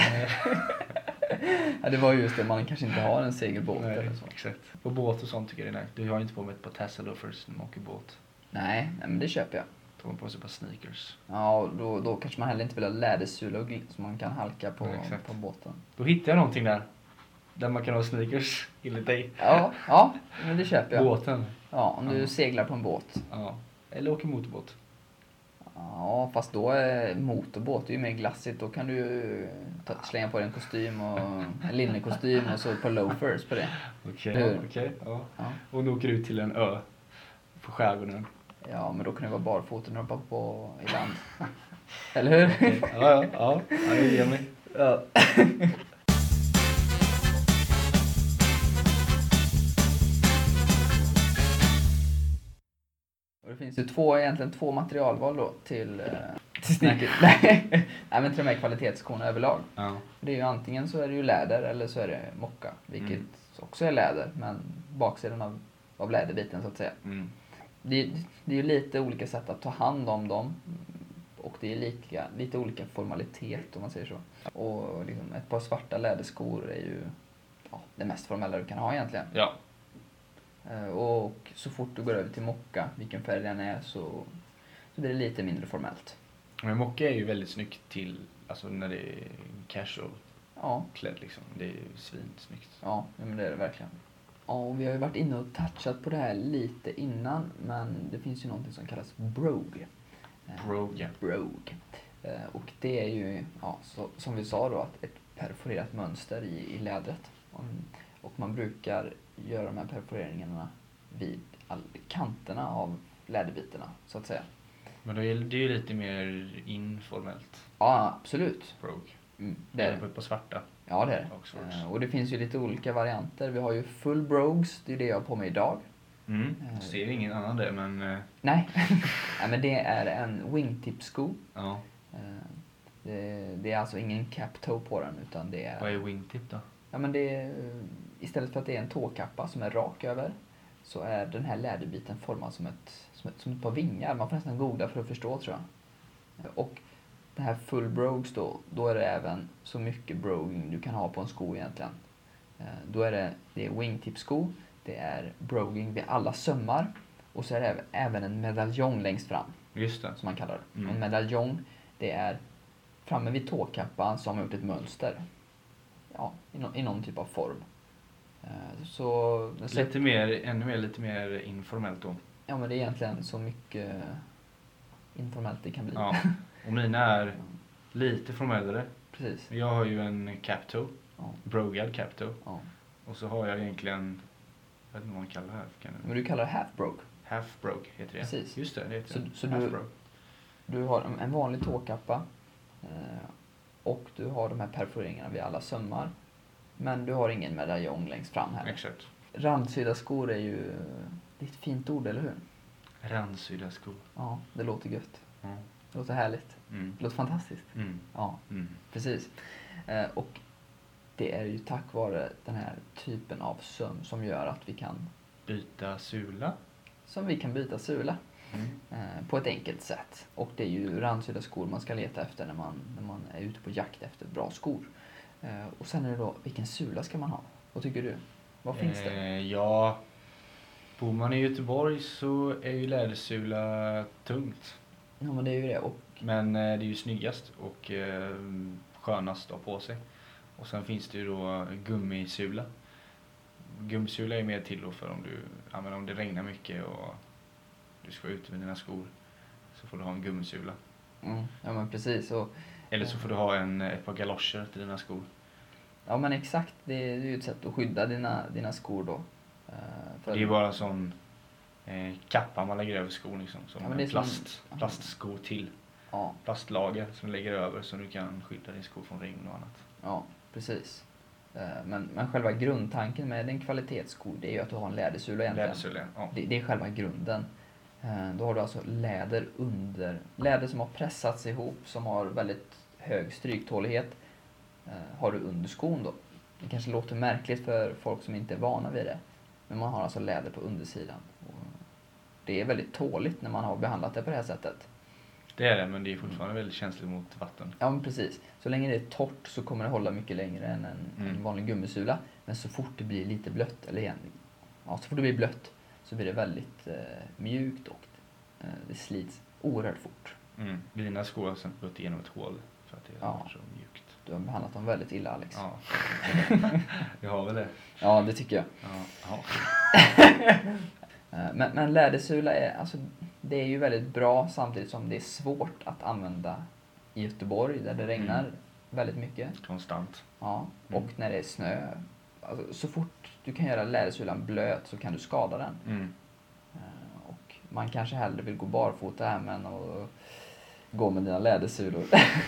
Speaker 1: ja, det var just det, man kanske inte har en segelbåt
Speaker 2: Nej,
Speaker 1: eller så.
Speaker 2: Exakt. På båt och sånt tycker jag det är nice. Jag har inte på mig ett par tassel loafers när man åker båt.
Speaker 1: Nej, nej, men det köper jag.
Speaker 2: Då har man på sig ett par sneakers.
Speaker 1: Ja, och då, då kanske man heller inte vill ha lädersulor som man kan halka på,
Speaker 2: ja,
Speaker 1: på båten.
Speaker 2: Då hittar jag någonting där. Där man kan ha sneakers enligt dig.
Speaker 1: Ja, ja, men det köper jag.
Speaker 2: Båten.
Speaker 1: Ja, om du
Speaker 2: ja.
Speaker 1: seglar på en båt.
Speaker 2: Ja, eller åker motorbåt.
Speaker 1: Ja, fast då är motorbåt är ju mer glassigt. Då kan du ta, slänga på dig en kostym och en linnekostym och så ett par loafers på det.
Speaker 2: Okej, okay, okej. Okay, ja. ja. Och nu åker du till en ö på skärgården.
Speaker 1: Ja, men då kan du vara barfota när du hoppar på i land. Eller hur?
Speaker 2: Okay. Ja, ja, ja. Ja, det ger mig.
Speaker 1: Ja. Det finns ju två, egentligen två materialval då till, eh, till sneakers. Nej, men till de här kvalitetsskorna överlag.
Speaker 2: Ja.
Speaker 1: Det är ju antingen så är det ju läder eller så är det mocka. Vilket mm. också är läder, men baksidan av, av läderbiten så att säga.
Speaker 2: Mm.
Speaker 1: Det, det är ju lite olika sätt att ta hand om dem. Och det är lika, lite olika formalitet om man säger så. Och liksom ett par svarta läderskor är ju ja, det mest formella du kan ha egentligen.
Speaker 2: Ja.
Speaker 1: Och så fort du går över till mocka, vilken färg den är, så, så blir det lite mindre formellt.
Speaker 2: Men mocka är ju väldigt snyggt till alltså när det är casual
Speaker 1: ja.
Speaker 2: klädd liksom. Det är ju svinsnyggt.
Speaker 1: Ja, men det är det verkligen. Ja, och vi har ju varit inne och touchat på det här lite innan, men det finns ju någonting som kallas brogue.
Speaker 2: Brogue.
Speaker 1: Brogue. Och det är ju, ja, så, som vi sa då, att ett perforerat mönster i, i lädret. Och man brukar göra de här perforeringarna vid all, kanterna av läderbitarna, så att säga.
Speaker 2: Men då är det ju lite mer informellt.
Speaker 1: Ja, absolut.
Speaker 2: Brogue.
Speaker 1: Mm, det är
Speaker 2: det. På svarta.
Speaker 1: Ja, det är det. Och det finns ju lite olika varianter. Vi har ju full brogues, det är det jag har på mig idag.
Speaker 2: Mm. Jag ser ingen annan det, men...
Speaker 1: Nej, ja, men det är en wingtip-sko.
Speaker 2: Ja.
Speaker 1: Det, det är alltså ingen cap-toe på den, utan det är...
Speaker 2: Vad är wingtip då?
Speaker 1: Ja, men det är, istället för att det är en tåkappa som är rak över, så är den här läderbiten formad som ett, som ett, som ett par vingar. Man får nästan googla för att förstå, tror jag. Och det här full brogues då, då är det även så mycket broguing du kan ha på en sko egentligen. Då är det, det är wingtip-sko, det är broguing vid alla sömmar, och så är det även en medaljong längst fram.
Speaker 2: Just det.
Speaker 1: Som man kallar det.
Speaker 2: Mm.
Speaker 1: En medaljong, det är framme vid tåkappan som har gjort ett mönster. Ja, i, no, i någon typ av form. Så,
Speaker 2: lite mer, ännu mer, lite mer informellt då.
Speaker 1: Ja, men det är egentligen så mycket informellt det kan bli.
Speaker 2: Ja, och mina är lite formellare.
Speaker 1: Precis.
Speaker 2: Jag har ju en cap-toe,
Speaker 1: ja.
Speaker 2: broguad cap-toe.
Speaker 1: Ja.
Speaker 2: Och så har jag egentligen, jag vet inte vad man kallar det här. Kan
Speaker 1: men du kallar det half-brogue?
Speaker 2: Half-brogue heter det.
Speaker 1: Precis.
Speaker 2: Just det, det heter
Speaker 1: så,
Speaker 2: det.
Speaker 1: så du, du har en vanlig tåkappa eh, och du har de här perforeringarna vid alla sömmar. Men du har ingen medaljong längst fram här.
Speaker 2: Exakt.
Speaker 1: Randsydda skor är ju det är ett fint ord, eller hur?
Speaker 2: Randsydda skor.
Speaker 1: Ja, det låter gött.
Speaker 2: Mm.
Speaker 1: Det låter härligt.
Speaker 2: Mm.
Speaker 1: Det låter fantastiskt.
Speaker 2: Mm.
Speaker 1: Ja,
Speaker 2: mm.
Speaker 1: precis. Eh, och det är ju tack vare den här typen av söm som gör att vi kan
Speaker 2: byta sula.
Speaker 1: Som vi kan byta sula.
Speaker 2: Mm.
Speaker 1: Eh, på ett enkelt sätt. Och det är ju randsydda skor man ska leta efter när man, när man är ute på jakt efter bra skor. Eh, och sen är det då, vilken sula ska man ha? Vad tycker du? Vad finns
Speaker 2: eh,
Speaker 1: det?
Speaker 2: Ja, bor man i Göteborg så är ju lädersula tungt.
Speaker 1: Ja, men det är ju det. Och...
Speaker 2: Men eh, det är ju snyggast och eh, skönast att ha på sig. Och sen finns det ju då gummisula. Gummisula är mer till då för om du, ja, men om det regnar mycket och du ska ut med dina skor, så får du ha en gummisula.
Speaker 1: Mm, ja, men precis. Och,
Speaker 2: eller så får du ha en, ett par galoscher till dina skor.
Speaker 1: Ja, men exakt. Det är ju ett sätt att skydda dina, dina skor då.
Speaker 2: För det är bara en sån eh, kappa man lägger över skon liksom. Som
Speaker 1: ja,
Speaker 2: en plast,
Speaker 1: som...
Speaker 2: plastsko till.
Speaker 1: Ja.
Speaker 2: Plastlager som du lägger över så du kan skydda din sko från regn och annat.
Speaker 1: Ja, precis. Men, men själva grundtanken med en kvalitetssko, det är ju att du har en lädersula egentligen.
Speaker 2: Lädersula, ja.
Speaker 1: Det, det är själva grunden. Då har du alltså läder under, läder som har pressats ihop, som har väldigt hög stryktålighet, har du under skon då. Det kanske låter märkligt för folk som inte är vana vid det, men man har alltså läder på undersidan. Och det är väldigt tåligt när man har behandlat det på det här sättet.
Speaker 2: Det är det, men det är fortfarande väldigt känsligt mot vatten.
Speaker 1: Ja, men precis. Så länge det är torrt så kommer det hålla mycket längre än en,
Speaker 2: mm.
Speaker 1: en vanlig gummisula. Men så fort det blir lite blött, eller igen, ja, så fort det blir blött så blir det väldigt eh, mjukt och eh, det slits oerhört fort.
Speaker 2: Mm. Mina skor har sen gått igenom ett hål för att det är
Speaker 1: ja.
Speaker 2: så mjukt.
Speaker 1: Du har behandlat dem väldigt illa, Alex.
Speaker 2: Ja, jag har väl det.
Speaker 1: Ja, det tycker jag.
Speaker 2: Ja. Ja.
Speaker 1: men, men lädersula är, alltså, det är ju väldigt bra samtidigt som det är svårt att använda i Göteborg där det regnar mm. väldigt mycket.
Speaker 2: Konstant.
Speaker 1: Ja, och mm. när det är snö. Alltså, så fort du kan göra lädersulan blöt så kan du skada den.
Speaker 2: Mm.
Speaker 1: Och man kanske hellre vill gå barfota här men och gå med dina lädersulor.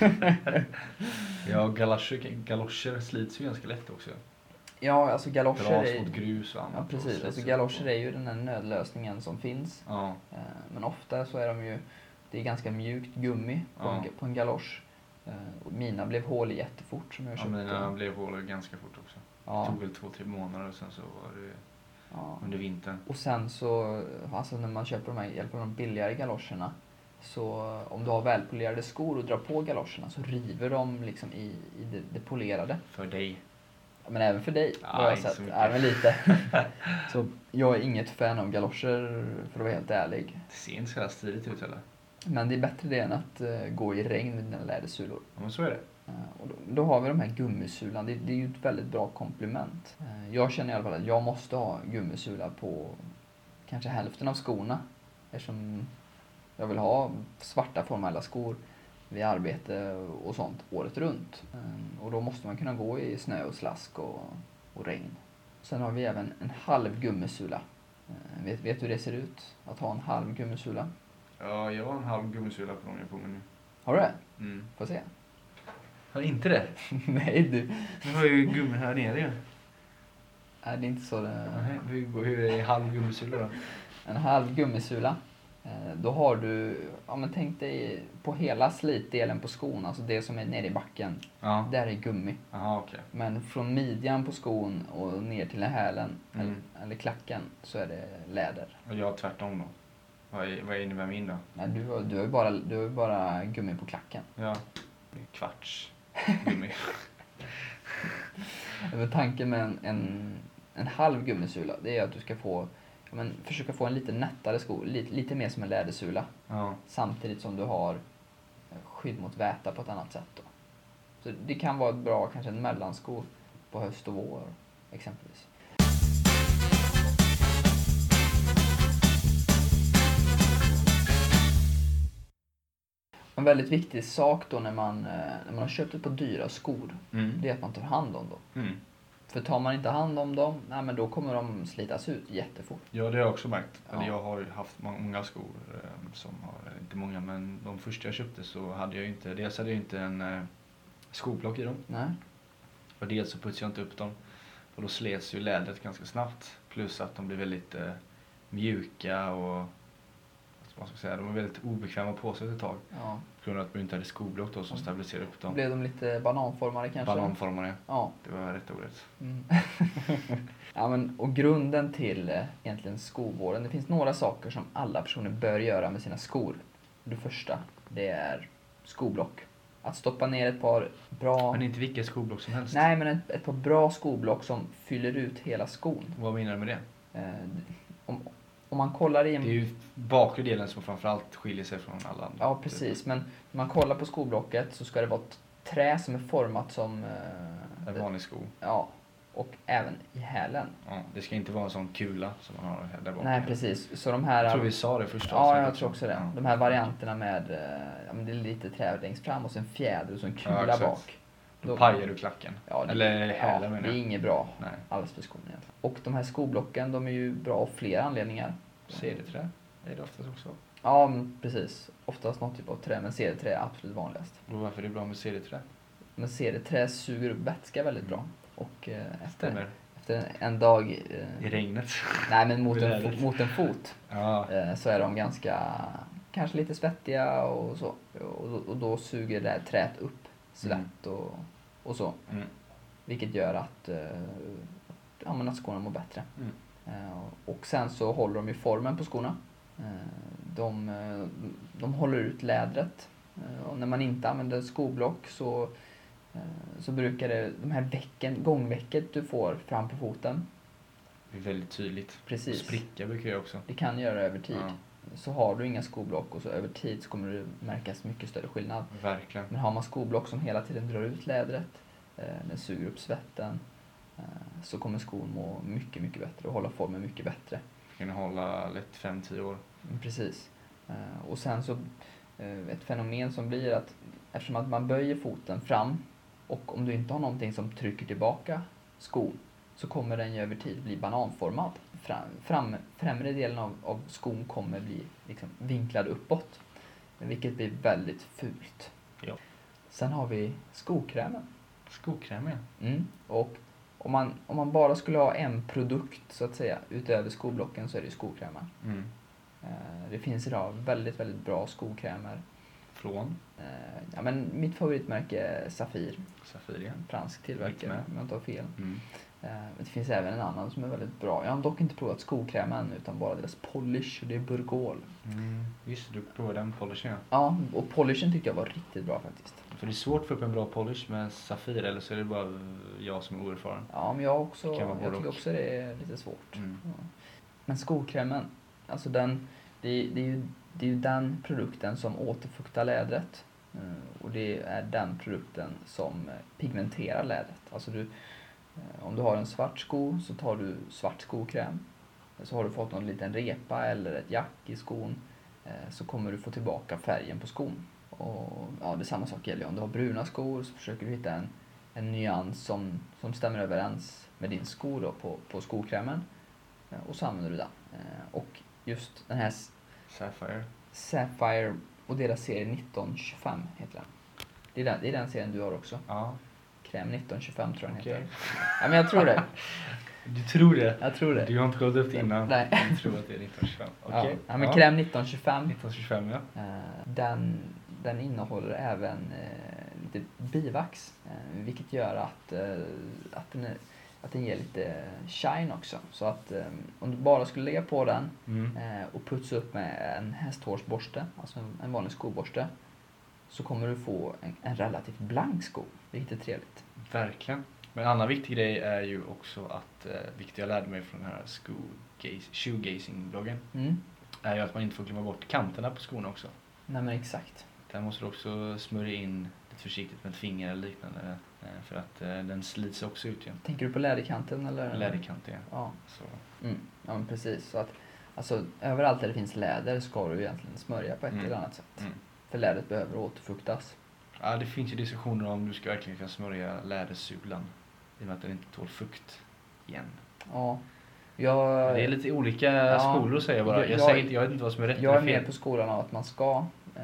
Speaker 2: Ja, galoscher, galoscher slits ju ganska lätt också.
Speaker 1: Ja, alltså galoscher
Speaker 2: är... mot grus och annat.
Speaker 1: Ja, precis. Alltså galoscher är ju den här nödlösningen som finns.
Speaker 2: Ja.
Speaker 1: Men ofta så är de ju, det är ganska mjukt gummi på, ja. en, på en galosch. Och mina blev hål jättefort som jag köpte.
Speaker 2: Ja, mina blev hål ganska fort också. Ja. Det tog väl två, tre månader och sen så var det ja. under vintern.
Speaker 1: Och sen så, alltså när man köper de här, hjälper de billigare galoscherna, så om du har välpolerade skor och drar på galoscherna så river de liksom i, i det, det polerade.
Speaker 2: För dig.
Speaker 1: Men även för dig,
Speaker 2: ja,
Speaker 1: har jag sett. Även lite. Så jag är inget fan av galoscher, för att vara helt ärlig.
Speaker 2: Det ser inte så här stiligt ut eller?
Speaker 1: Men det är bättre det än att uh, gå i regn med dina lädersulor.
Speaker 2: Ja, men så är det.
Speaker 1: Och då, då har vi de här gummisulan. Det, det är ju ett väldigt bra komplement. Jag känner i alla fall att jag måste ha gummisula på kanske hälften av skorna. Eftersom jag vill ha svarta formella skor vid arbete och sånt året runt. Och då måste man kunna gå i snö och slask och, och regn. Sen har vi även en halv gummisula. Vet, vet du hur det ser ut att ha en halv gummisula?
Speaker 2: Ja, jag har en halv gummisula på de jag på mig nu.
Speaker 1: Har du det?
Speaker 2: Mm.
Speaker 1: Får se.
Speaker 2: Har inte det?
Speaker 1: Nej, du.
Speaker 2: Nu har ju gummi här nere ju.
Speaker 1: Nej, det är inte så det...
Speaker 2: Nej, hur, hur är en halv gummisula då?
Speaker 1: En halv gummisula. Då har du, ja men tänk dig på hela slitdelen på skon, alltså det som är nere i backen.
Speaker 2: Ja.
Speaker 1: Där är gummi.
Speaker 2: Aha, okay.
Speaker 1: Men från midjan på skon och ner till hälen,
Speaker 2: mm.
Speaker 1: eller, eller klacken, så är det läder.
Speaker 2: Och jag tvärtom då? Vad, är, vad innebär min då?
Speaker 1: Nej, du har, du har ju bara, du har ju bara gummi på klacken.
Speaker 2: Ja, kvarts gummi.
Speaker 1: Men tanken med en, en, en halv gummisula, det är att du ska få, ja, men, försöka få en lite nättare sko, lite, lite mer som en lädersula.
Speaker 2: Ja.
Speaker 1: Samtidigt som du har skydd mot väta på ett annat sätt då. Så det kan vara ett bra, kanske en mellansko på höst och vår exempelvis. En väldigt viktig sak då när man, när man har köpt ett par dyra skor,
Speaker 2: mm.
Speaker 1: det är att man tar hand om dem.
Speaker 2: Mm.
Speaker 1: För tar man inte hand om dem, nej, men då kommer de slitas ut jättefort.
Speaker 2: Ja, det har jag också märkt.
Speaker 1: Ja.
Speaker 2: Jag har ju haft många skor eh, som har, inte många, men de första jag köpte så hade jag inte, dels hade jag inte en eh, skoblock i dem.
Speaker 1: Nej.
Speaker 2: Och dels så putsade jag inte upp dem. Och då slets ju lädret ganska snabbt. Plus att de blir väldigt eh, mjuka och vad ska jag säga, de är väldigt obekväma på sig ett tag.
Speaker 1: Ja.
Speaker 2: På grund av att man inte hade skoblock då som stabiliserade upp dem.
Speaker 1: Blev de lite bananformade kanske?
Speaker 2: Bananformade,
Speaker 1: ja.
Speaker 2: Det var rätt ordet.
Speaker 1: Mm. Ja, men, och grunden till eh, egentligen skovården, det finns några saker som alla personer bör göra med sina skor. Det första, det är skoblock. Att stoppa ner ett par bra...
Speaker 2: Men inte vilka skoblock som helst.
Speaker 1: Nej, men ett, ett par bra skoblock som fyller ut hela skon.
Speaker 2: Vad menar du med det?
Speaker 1: Eh, om, om man kollar i en...
Speaker 2: Det är ju bakre delen som framförallt skiljer sig från alla andra.
Speaker 1: Ja, precis. Men när man kollar på skoblocket så ska det vara ett trä som är format som... Eh,
Speaker 2: en vanlig sko.
Speaker 1: Ja, och även i hälen.
Speaker 2: Ja, det ska inte vara en sån kula som man har där bak.
Speaker 1: Nej, precis. Så de här...
Speaker 2: Jag tror vi sa det första.
Speaker 1: Ja, jag tror också det.
Speaker 2: Ja.
Speaker 1: De här varianterna med, ja, men det är lite trä längst fram och sen fjäder och så en kula
Speaker 2: ja,
Speaker 1: bak.
Speaker 2: Då, då pajar du klacken.
Speaker 1: Ja, det,
Speaker 2: Eller hälen
Speaker 1: ja,
Speaker 2: menar
Speaker 1: det
Speaker 2: jag.
Speaker 1: är inget bra
Speaker 2: Nej.
Speaker 1: alls för skon egentligen. Och de här skoblocken, de är ju bra av flera anledningar.
Speaker 2: Cederträ är det oftast också.
Speaker 1: Ja, men precis. Oftast något typ av trä, men cederträ är absolut vanligast.
Speaker 2: Och varför är det bra med cederträ?
Speaker 1: Men cederträ suger upp vätska väldigt bra. Och eh, efter,
Speaker 2: Stämmer.
Speaker 1: efter en, en dag... Eh,
Speaker 2: I regnet.
Speaker 1: Nej, men mot en, fo- mot en fot.
Speaker 2: Ja.
Speaker 1: Eh, så är de ganska, kanske lite svettiga och så. Och, då- och då suger det här träet upp svett och, och så.
Speaker 2: Mm.
Speaker 1: Vilket gör att, eh, ja, men att skorna mår bättre.
Speaker 2: Mm.
Speaker 1: Eh, och sen så håller de ju formen på skorna. Eh, de, eh, de håller ut lädret. Eh, och när man inte använder skoblock så, eh, så brukar det, de här vecken, gångvecket du får fram på foten.
Speaker 2: Det är väldigt tydligt.
Speaker 1: Precis.
Speaker 2: Spricka brukar jag också.
Speaker 1: Det kan göra över tid.
Speaker 2: Ja.
Speaker 1: Så har du inga skoblock och så över tid så kommer det märkas mycket större skillnad.
Speaker 2: Verkligen.
Speaker 1: Men har man skoblock som hela tiden drar ut lädret, eh, den suger upp svetten, eh, så kommer skon må mycket, mycket bättre och hålla formen mycket bättre.
Speaker 2: Kan hålla lätt fem till tio år.
Speaker 1: Mm, precis. Eh, och sen så eh, ett fenomen som blir att eftersom att man böjer foten fram och om du inte har någonting som trycker tillbaka skon så kommer den ju över tid bli bananformad. Fram, fram, främre delen av, av skon kommer bli liksom vinklad uppåt, vilket blir väldigt fult.
Speaker 2: Ja.
Speaker 1: Sen har vi skokrämen.
Speaker 2: Skokräm, ja.
Speaker 1: Mm. Och om man, om man bara skulle ha en produkt så att säga utöver skoblocken så är det skokrämen.
Speaker 2: Mm.
Speaker 1: Eh, det finns idag väldigt, väldigt bra skokrämer.
Speaker 2: Från?
Speaker 1: Eh, ja, men mitt favoritmärke är Safir.
Speaker 2: Safir, ja.
Speaker 1: Fransk tillverkare, om jag inte har fel.
Speaker 2: Mm.
Speaker 1: Eh, men det finns även en annan som är väldigt bra. Jag har dock inte provat skokrämen utan bara deras polish och det är Burgol.
Speaker 2: Mm. Just det, du provade den polishen, ja.
Speaker 1: Ja, och polishen tyckte jag var riktigt bra faktiskt.
Speaker 2: För det är svårt att få upp en bra polish med Safir, eller så är det bara jag som är oerfaren.
Speaker 1: Ja, men jag, också,
Speaker 2: Det kan vara
Speaker 1: jag
Speaker 2: både
Speaker 1: tycker
Speaker 2: och.
Speaker 1: också det är lite svårt.
Speaker 2: Mm.
Speaker 1: Ja. Men skokrämen, alltså den, det, det, är ju, det är ju den produkten som återfuktar lädret. Och det är den produkten som pigmenterar lädret. Alltså du, om du har en svart sko så tar du svart skokräm. Så har du fått någon liten repa eller ett jack i skon, så kommer du få tillbaka färgen på skon. Och ja, det är samma sak gäller. Om du har bruna skor så försöker du hitta en, en nyans som, som stämmer överens med din sko då på, på skokrämen. Och så använder du den. Och just den här
Speaker 2: Sapphire.
Speaker 1: Sapphire och deras serie nitton tjugofem heter den. Det är den, det är den serien du har också.
Speaker 2: Ja.
Speaker 1: Kräm nitton tjugofem tror jag den
Speaker 2: okay.
Speaker 1: heter. Ja, men jag tror det.
Speaker 2: Du tror det?
Speaker 1: Jag tror det.
Speaker 2: Du har inte kollat upp det innan?
Speaker 1: Nej.
Speaker 2: Du tror att det är nitton tjugofem. Okej. Okay.
Speaker 1: Ja. ja, men kräm nitton tjugofem.
Speaker 2: nitton tjugofem, ja.
Speaker 1: Den, den innehåller även eh, lite bivax. Eh, vilket gör att, eh, att, den är, att den ger lite shine också. Så att eh, om du bara skulle lägga på den
Speaker 2: mm.
Speaker 1: eh, och putsa upp med en hästhårsborste, alltså en, en vanlig skoborste, så kommer du få en, en relativt blank sko. Vilket är trevligt.
Speaker 2: Verkligen. Men en annan viktig grej är ju också att, eh, vilket jag lärde mig från den här shoegazing-bloggen,
Speaker 1: mm.
Speaker 2: är ju att man inte får glömma bort kanterna på skorna också.
Speaker 1: Nej, men exakt.
Speaker 2: Där måste du också smörja in lite försiktigt med ett finger eller liknande, eh, för att eh, den slits också ut igen.
Speaker 1: Tänker du på läderkanten eller?
Speaker 2: Läderkanten, ja.
Speaker 1: Ja.
Speaker 2: Så.
Speaker 1: Mm. Ja, men precis. Så att, alltså, överallt där det finns läder ska du egentligen smörja på ett
Speaker 2: mm.
Speaker 1: eller annat sätt.
Speaker 2: Mm.
Speaker 1: För lädret behöver återfuktas.
Speaker 2: Ja, det finns ju diskussioner om du ska verkligen kunna smörja lädersulan i och med att den inte tål fukt igen.
Speaker 1: Ja. Jag,
Speaker 2: det är lite olika
Speaker 1: ja,
Speaker 2: skolor säger jag bara. Jag,
Speaker 1: jag,
Speaker 2: säger inte, jag vet inte vad som är rätt
Speaker 1: Jag är
Speaker 2: eller fel.
Speaker 1: med på skolan av att man ska eh,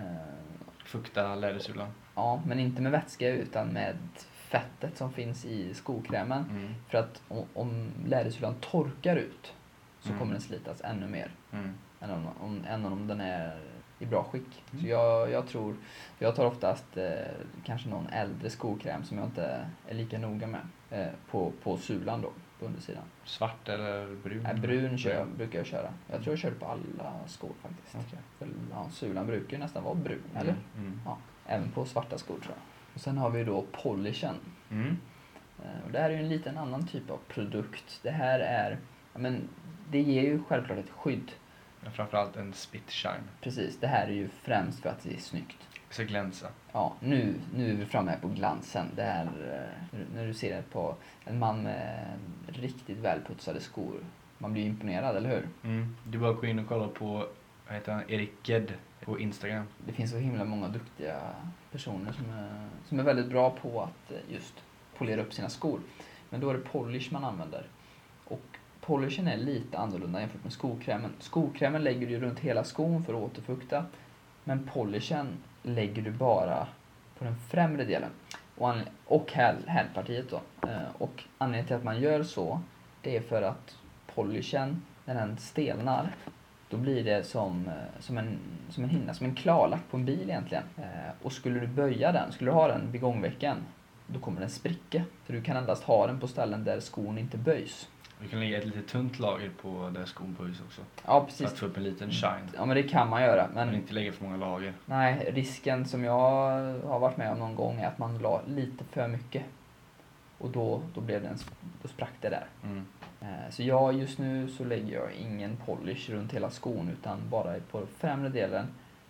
Speaker 2: fukta lädersulan.
Speaker 1: Ja, men inte med vätska utan med fettet som finns i skokrämen.
Speaker 2: Mm.
Speaker 1: För att om, om lädersulan torkar ut så
Speaker 2: mm.
Speaker 1: kommer den slitas ännu mer.
Speaker 2: Mm.
Speaker 1: Än, om, om, än om den är i bra skick.
Speaker 2: Mm.
Speaker 1: Så jag, jag tror, jag tar oftast eh, kanske någon äldre skokräm som jag inte är lika noga med eh, på, på sulan då, på undersidan.
Speaker 2: Svart eller brun?
Speaker 1: Nej, brun kör jag, brukar jag köra. Jag tror jag kör på alla skor faktiskt.
Speaker 2: Okay.
Speaker 1: För, ja, sulan brukar ju nästan vara brun,
Speaker 2: mm.
Speaker 1: eller?
Speaker 2: Mm.
Speaker 1: Ja, även på svarta skor tror jag. Och sen har vi då polishen.
Speaker 2: Mm.
Speaker 1: Eh, och det här är ju en liten annan typ av produkt. Det här är, ja, men det ger ju självklart ett skydd.
Speaker 2: Men framförallt en spit shine.
Speaker 1: Precis, det här är ju främst för att det är snyggt.
Speaker 2: Det ska glänsa.
Speaker 1: Ja, nu, nu är vi framme på glansen. Det här, eh, när du ser det på en man med riktigt välputsade skor. Man blir imponerad, eller hur?
Speaker 2: Mm. Du bara gå in och kolla på, vad heter han, Erik Gedd på Instagram.
Speaker 1: Det finns så himla många duktiga personer som är, som är väldigt bra på att just polera upp sina skor. Men då är det polish man använder. Och polishen är lite annorlunda jämfört med skokrämen. Skokrämen lägger du runt hela skon för att återfukta. Men polishen lägger du bara på den främre delen. Och, och häl, hälpartiet då. Och anledningen till att man gör så, det är för att polishen, när den stelnar, då blir det som, som, en, som en hinna, som en klarlack på en bil egentligen. Och skulle du böja den, skulle du ha den vid gångvecken, då kommer den spricka. Så du kan endast ha den på ställen där skon inte böjs.
Speaker 2: Du kan lägga ett lite tunt lager på där skon böjs också.
Speaker 1: Ja, precis.
Speaker 2: För att få upp en liten shine.
Speaker 1: Ja, men det kan man göra. Men,
Speaker 2: men inte lägga för många lager.
Speaker 1: Nej, risken som jag har varit med om någon gång är att man la lite för mycket. Och då, då, blev det en, då sprack det där.
Speaker 2: Mm.
Speaker 1: Så jag just nu så lägger jag ingen polish runt hela skon utan bara på främre delen.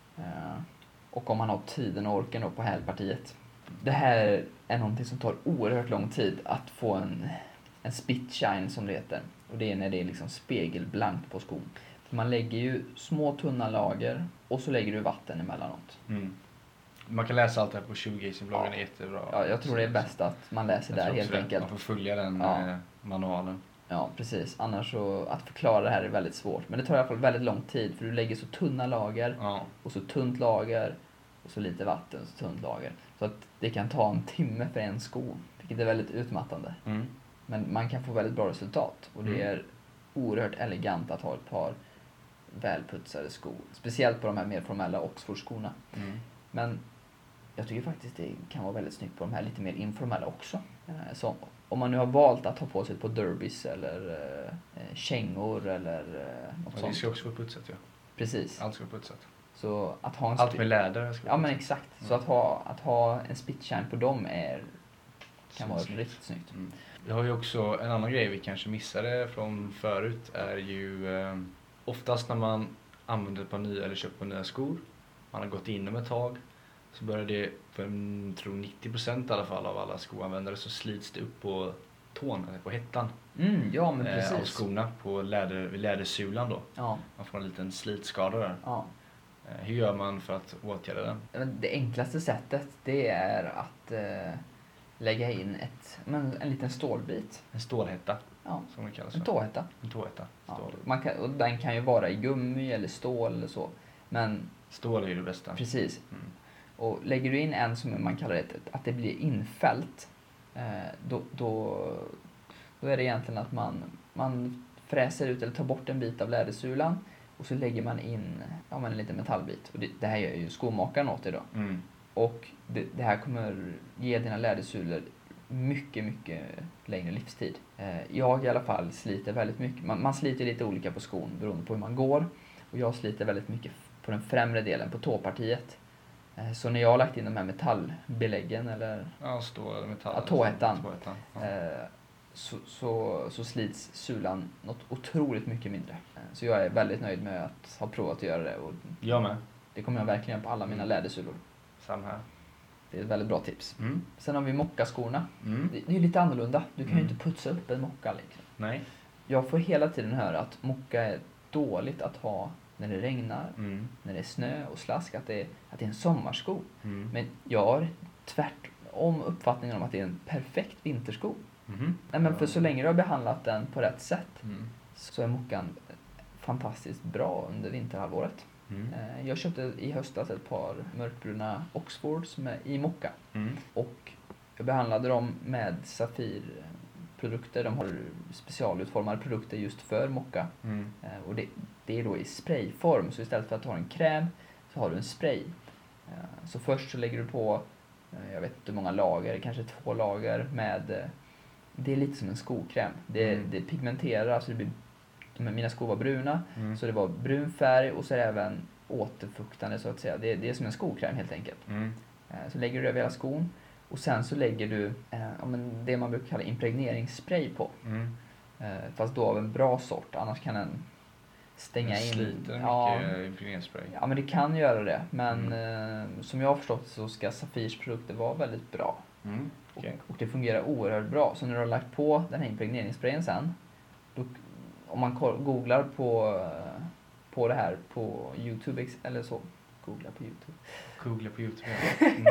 Speaker 1: Och om man har tiden och orken då på hälpartiet. Det här är någonting som tar oerhört lång tid att få en, en spit shine som det heter. Och det är när det är liksom spegelblankt på skon. För man lägger ju små tunna lager och så lägger du vatten emellanåt.
Speaker 2: Mm. Man kan läsa allt det här på shoegazing-bloggen, ja. Är jättebra.
Speaker 1: Ja, jag tror det är bäst att man läser där helt enkelt.
Speaker 2: Man får följa den
Speaker 1: ja.
Speaker 2: eh, manualen.
Speaker 1: Ja, precis. Annars så, att förklara det här är väldigt svårt. Men det tar i alla fall väldigt lång tid för du lägger så tunna lager
Speaker 2: ja.
Speaker 1: och så tunt lager och så lite vatten och så tunt lager. Så att det kan ta en timme för en sko, vilket är väldigt utmattande.
Speaker 2: Mm.
Speaker 1: Men man kan få väldigt bra resultat och det
Speaker 2: mm.
Speaker 1: är oerhört elegant att ha ett par välputsade skor. Speciellt på de här mer formella Oxford-skorna.
Speaker 2: Mm.
Speaker 1: Men jag tycker faktiskt det kan vara väldigt snyggt på de här lite mer informella också. Så om man nu har valt att ha på sig ett par derbys eller eh, kängor eller eh, något
Speaker 2: ja,
Speaker 1: sånt.
Speaker 2: Det ska också vara putsat, ja.
Speaker 1: Precis.
Speaker 2: Allt ska vara putsat.
Speaker 1: Så att ha en
Speaker 2: Allt med läder ska
Speaker 1: ja, men exakt. Mm. Så att ha, att ha en spit shine på dem är, kan vara
Speaker 2: snyggt.
Speaker 1: Riktigt snyggt.
Speaker 2: Mm. Vi har ju också en annan grej vi kanske missade från förut är ju eh, oftast när man använder ett par nya eller köper nya skor. Man har gått in dem ett tag. så börjar det, för jag tror nittio procent i alla fall av alla skoanvändare, så slits det upp på tån, eller på hettan.
Speaker 1: Mm, ja, men precis.
Speaker 2: Eh, av skorna på läder, vid lädersulan då.
Speaker 1: Ja.
Speaker 2: Man får en liten slitskada där.
Speaker 1: Ja.
Speaker 2: Eh, hur gör man för att åtgärda den?
Speaker 1: Det enklaste sättet, det är att eh, lägga in ett, men, en liten stålbit.
Speaker 2: En stålhätta,
Speaker 1: ja.
Speaker 2: som det kallas.
Speaker 1: En tåhätta.
Speaker 2: En tåhätta.
Speaker 1: Ja.
Speaker 2: Stål.
Speaker 1: Man kan, och den kan ju vara i gummi eller stål eller så. Men,
Speaker 2: stål är ju det bästa.
Speaker 1: Precis.
Speaker 2: Mm.
Speaker 1: Och lägger du in en som man kallar det, att det blir infällt, eh, då, då, då är det egentligen att man, man fräser ut eller tar bort en bit av lädersulan och så lägger man in ja, men en liten metallbit. Och det, det här gör ju skomakaren åt dig då.
Speaker 2: Mm.
Speaker 1: Och det, det här kommer ge dina lädersulor mycket, mycket längre livstid. Eh, jag i alla fall sliter väldigt mycket. Man, man sliter lite olika på skon beroende på hur man går. Och jag sliter väldigt mycket på den främre delen, på tåpartiet. Eh, så när jag har lagt in de här metallbeläggen eller
Speaker 2: ja, stål eller metall.
Speaker 1: Ja, tåhättan.
Speaker 2: tåhättan. Ja.
Speaker 1: Eh, så, så, så slits sulan något otroligt mycket mindre. Eh, så jag är väldigt nöjd med att ha provat att göra det. Och
Speaker 2: jag med.
Speaker 1: det kommer jag verkligen göra på alla mina lädersulor.
Speaker 2: Samma här.
Speaker 1: Det är ett väldigt bra tips.
Speaker 2: Mm.
Speaker 1: Sen har vi mockaskorna.
Speaker 2: Mm.
Speaker 1: Det, det är lite annorlunda. Du kan
Speaker 2: mm.
Speaker 1: ju inte putsa upp en mocka liksom.
Speaker 2: Nej.
Speaker 1: Jag får hela tiden höra att mocka är dåligt att ha när det regnar,
Speaker 2: Mm.
Speaker 1: när det är snö och slask, att det är, att det är en sommarsko.
Speaker 2: Mm.
Speaker 1: Men jag har tvärtom uppfattningen om att det är en perfekt vintersko.
Speaker 2: Mm.
Speaker 1: Nej, men för så länge du har behandlat den på rätt sätt
Speaker 2: Mm.
Speaker 1: så är mockan fantastiskt bra under vinterhalvåret.
Speaker 2: Mm.
Speaker 1: Jag köpte i höstas ett par mörkbruna Oxfords med, i mocka.
Speaker 2: Mm.
Speaker 1: Och jag behandlade dem med Safir-produkter. De har specialutformade produkter just för mocka.
Speaker 2: Mm.
Speaker 1: Och det, det är då i sprayform. Så istället för att ha en kräm så har du en spray. Så först så lägger du på, jag vet inte hur många lager, kanske två lager med, det är lite som en skokräm. Det,
Speaker 2: Mm.
Speaker 1: det pigmenterar, så det blir, mina skor var bruna.
Speaker 2: Mm.
Speaker 1: Så det var brun färg och så är det även återfuktande så att säga. Det, det är som en skokräm helt enkelt.
Speaker 2: Mm.
Speaker 1: Så lägger du över hela skon och sen så lägger du eh, det man brukar kalla impregneringsspray på.
Speaker 2: Mm.
Speaker 1: Eh, fast då av en bra sort, annars kan den stänga
Speaker 2: den
Speaker 1: in.
Speaker 2: sliter
Speaker 1: ja,
Speaker 2: mycket impregneringsspray.
Speaker 1: ja, men det kan göra det. Men
Speaker 2: Mm.
Speaker 1: eh, som jag har förstått så ska Safirs produkter vara väldigt bra.
Speaker 2: Mm. Okay.
Speaker 1: Och, och det fungerar oerhört bra. Så när du har lagt på den här impregneringssprayen sen, då, om man googlar på, på det här på YouTube eller så, googla på YouTube.
Speaker 2: Googla på YouTube. Mm.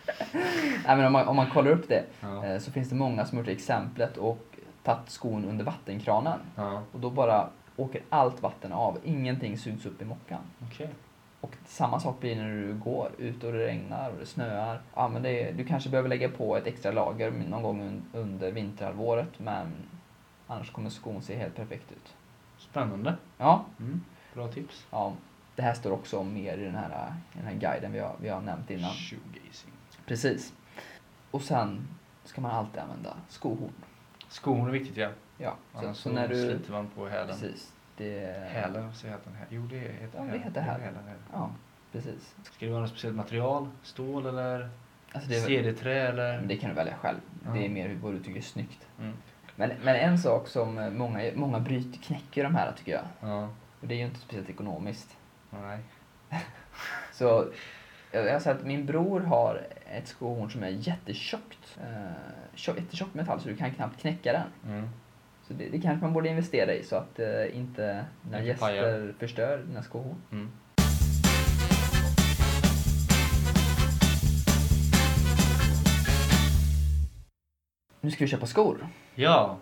Speaker 1: Nej, men om man, om man kollar upp det
Speaker 2: Ja.
Speaker 1: eh, så finns det många som har gjort exemplet och tagit skon under vattenkranen.
Speaker 2: Ja.
Speaker 1: Och då bara åker allt vatten av. Ingenting sugs upp i mockan.
Speaker 2: Okay.
Speaker 1: Och samma sak blir när du går ut och det regnar och det snöar. Ja, men det, du kanske behöver lägga på ett extra lager någon gång un, under vinterhalvåret. Men annars kommer skon se helt perfekt ut.
Speaker 2: Spännande.
Speaker 1: Ja.
Speaker 2: Mm. Bra tips.
Speaker 1: Ja. Det här står också om mer i den här, i den här guiden vi har, vi har nämnt innan.
Speaker 2: Shoegazing.
Speaker 1: Precis. Och sen ska man alltid använda skohorn.
Speaker 2: Skohorn är viktigt, ja.
Speaker 1: Ja, så,
Speaker 2: Annars
Speaker 1: så när du...
Speaker 2: sliter man på hälen.
Speaker 1: Precis. Det...
Speaker 2: Hälen, så heter den här. Jo, det heter
Speaker 1: Ja, det
Speaker 2: hälen.
Speaker 1: heter hälen.
Speaker 2: hälen, hälen.
Speaker 1: Ja, precis.
Speaker 2: Ska det vara något speciellt material? Stål eller
Speaker 1: Alltså det, är,
Speaker 2: C D-trä eller?
Speaker 1: det kan du välja själv.
Speaker 2: Ja.
Speaker 1: Det är mer vad du tycker är snyggt.
Speaker 2: Mm.
Speaker 1: Men, men en sak som många, många bryter, knäcker de här tycker jag.
Speaker 2: Ja.
Speaker 1: Och det är ju inte speciellt ekonomiskt.
Speaker 2: Nej.
Speaker 1: Så jag har sett att min bror har ett skohorn som är jättetjockt. Eh, tjock, jättetjockt metall så du kan knappt knäcka den.
Speaker 2: Mm.
Speaker 1: Så det, det kanske man borde investera i så att eh, inte dina
Speaker 2: Inte
Speaker 1: gäster
Speaker 2: pajar.
Speaker 1: förstör dina skohorn.
Speaker 2: Mm.
Speaker 1: Nu ska vi köpa skor.
Speaker 2: Ja.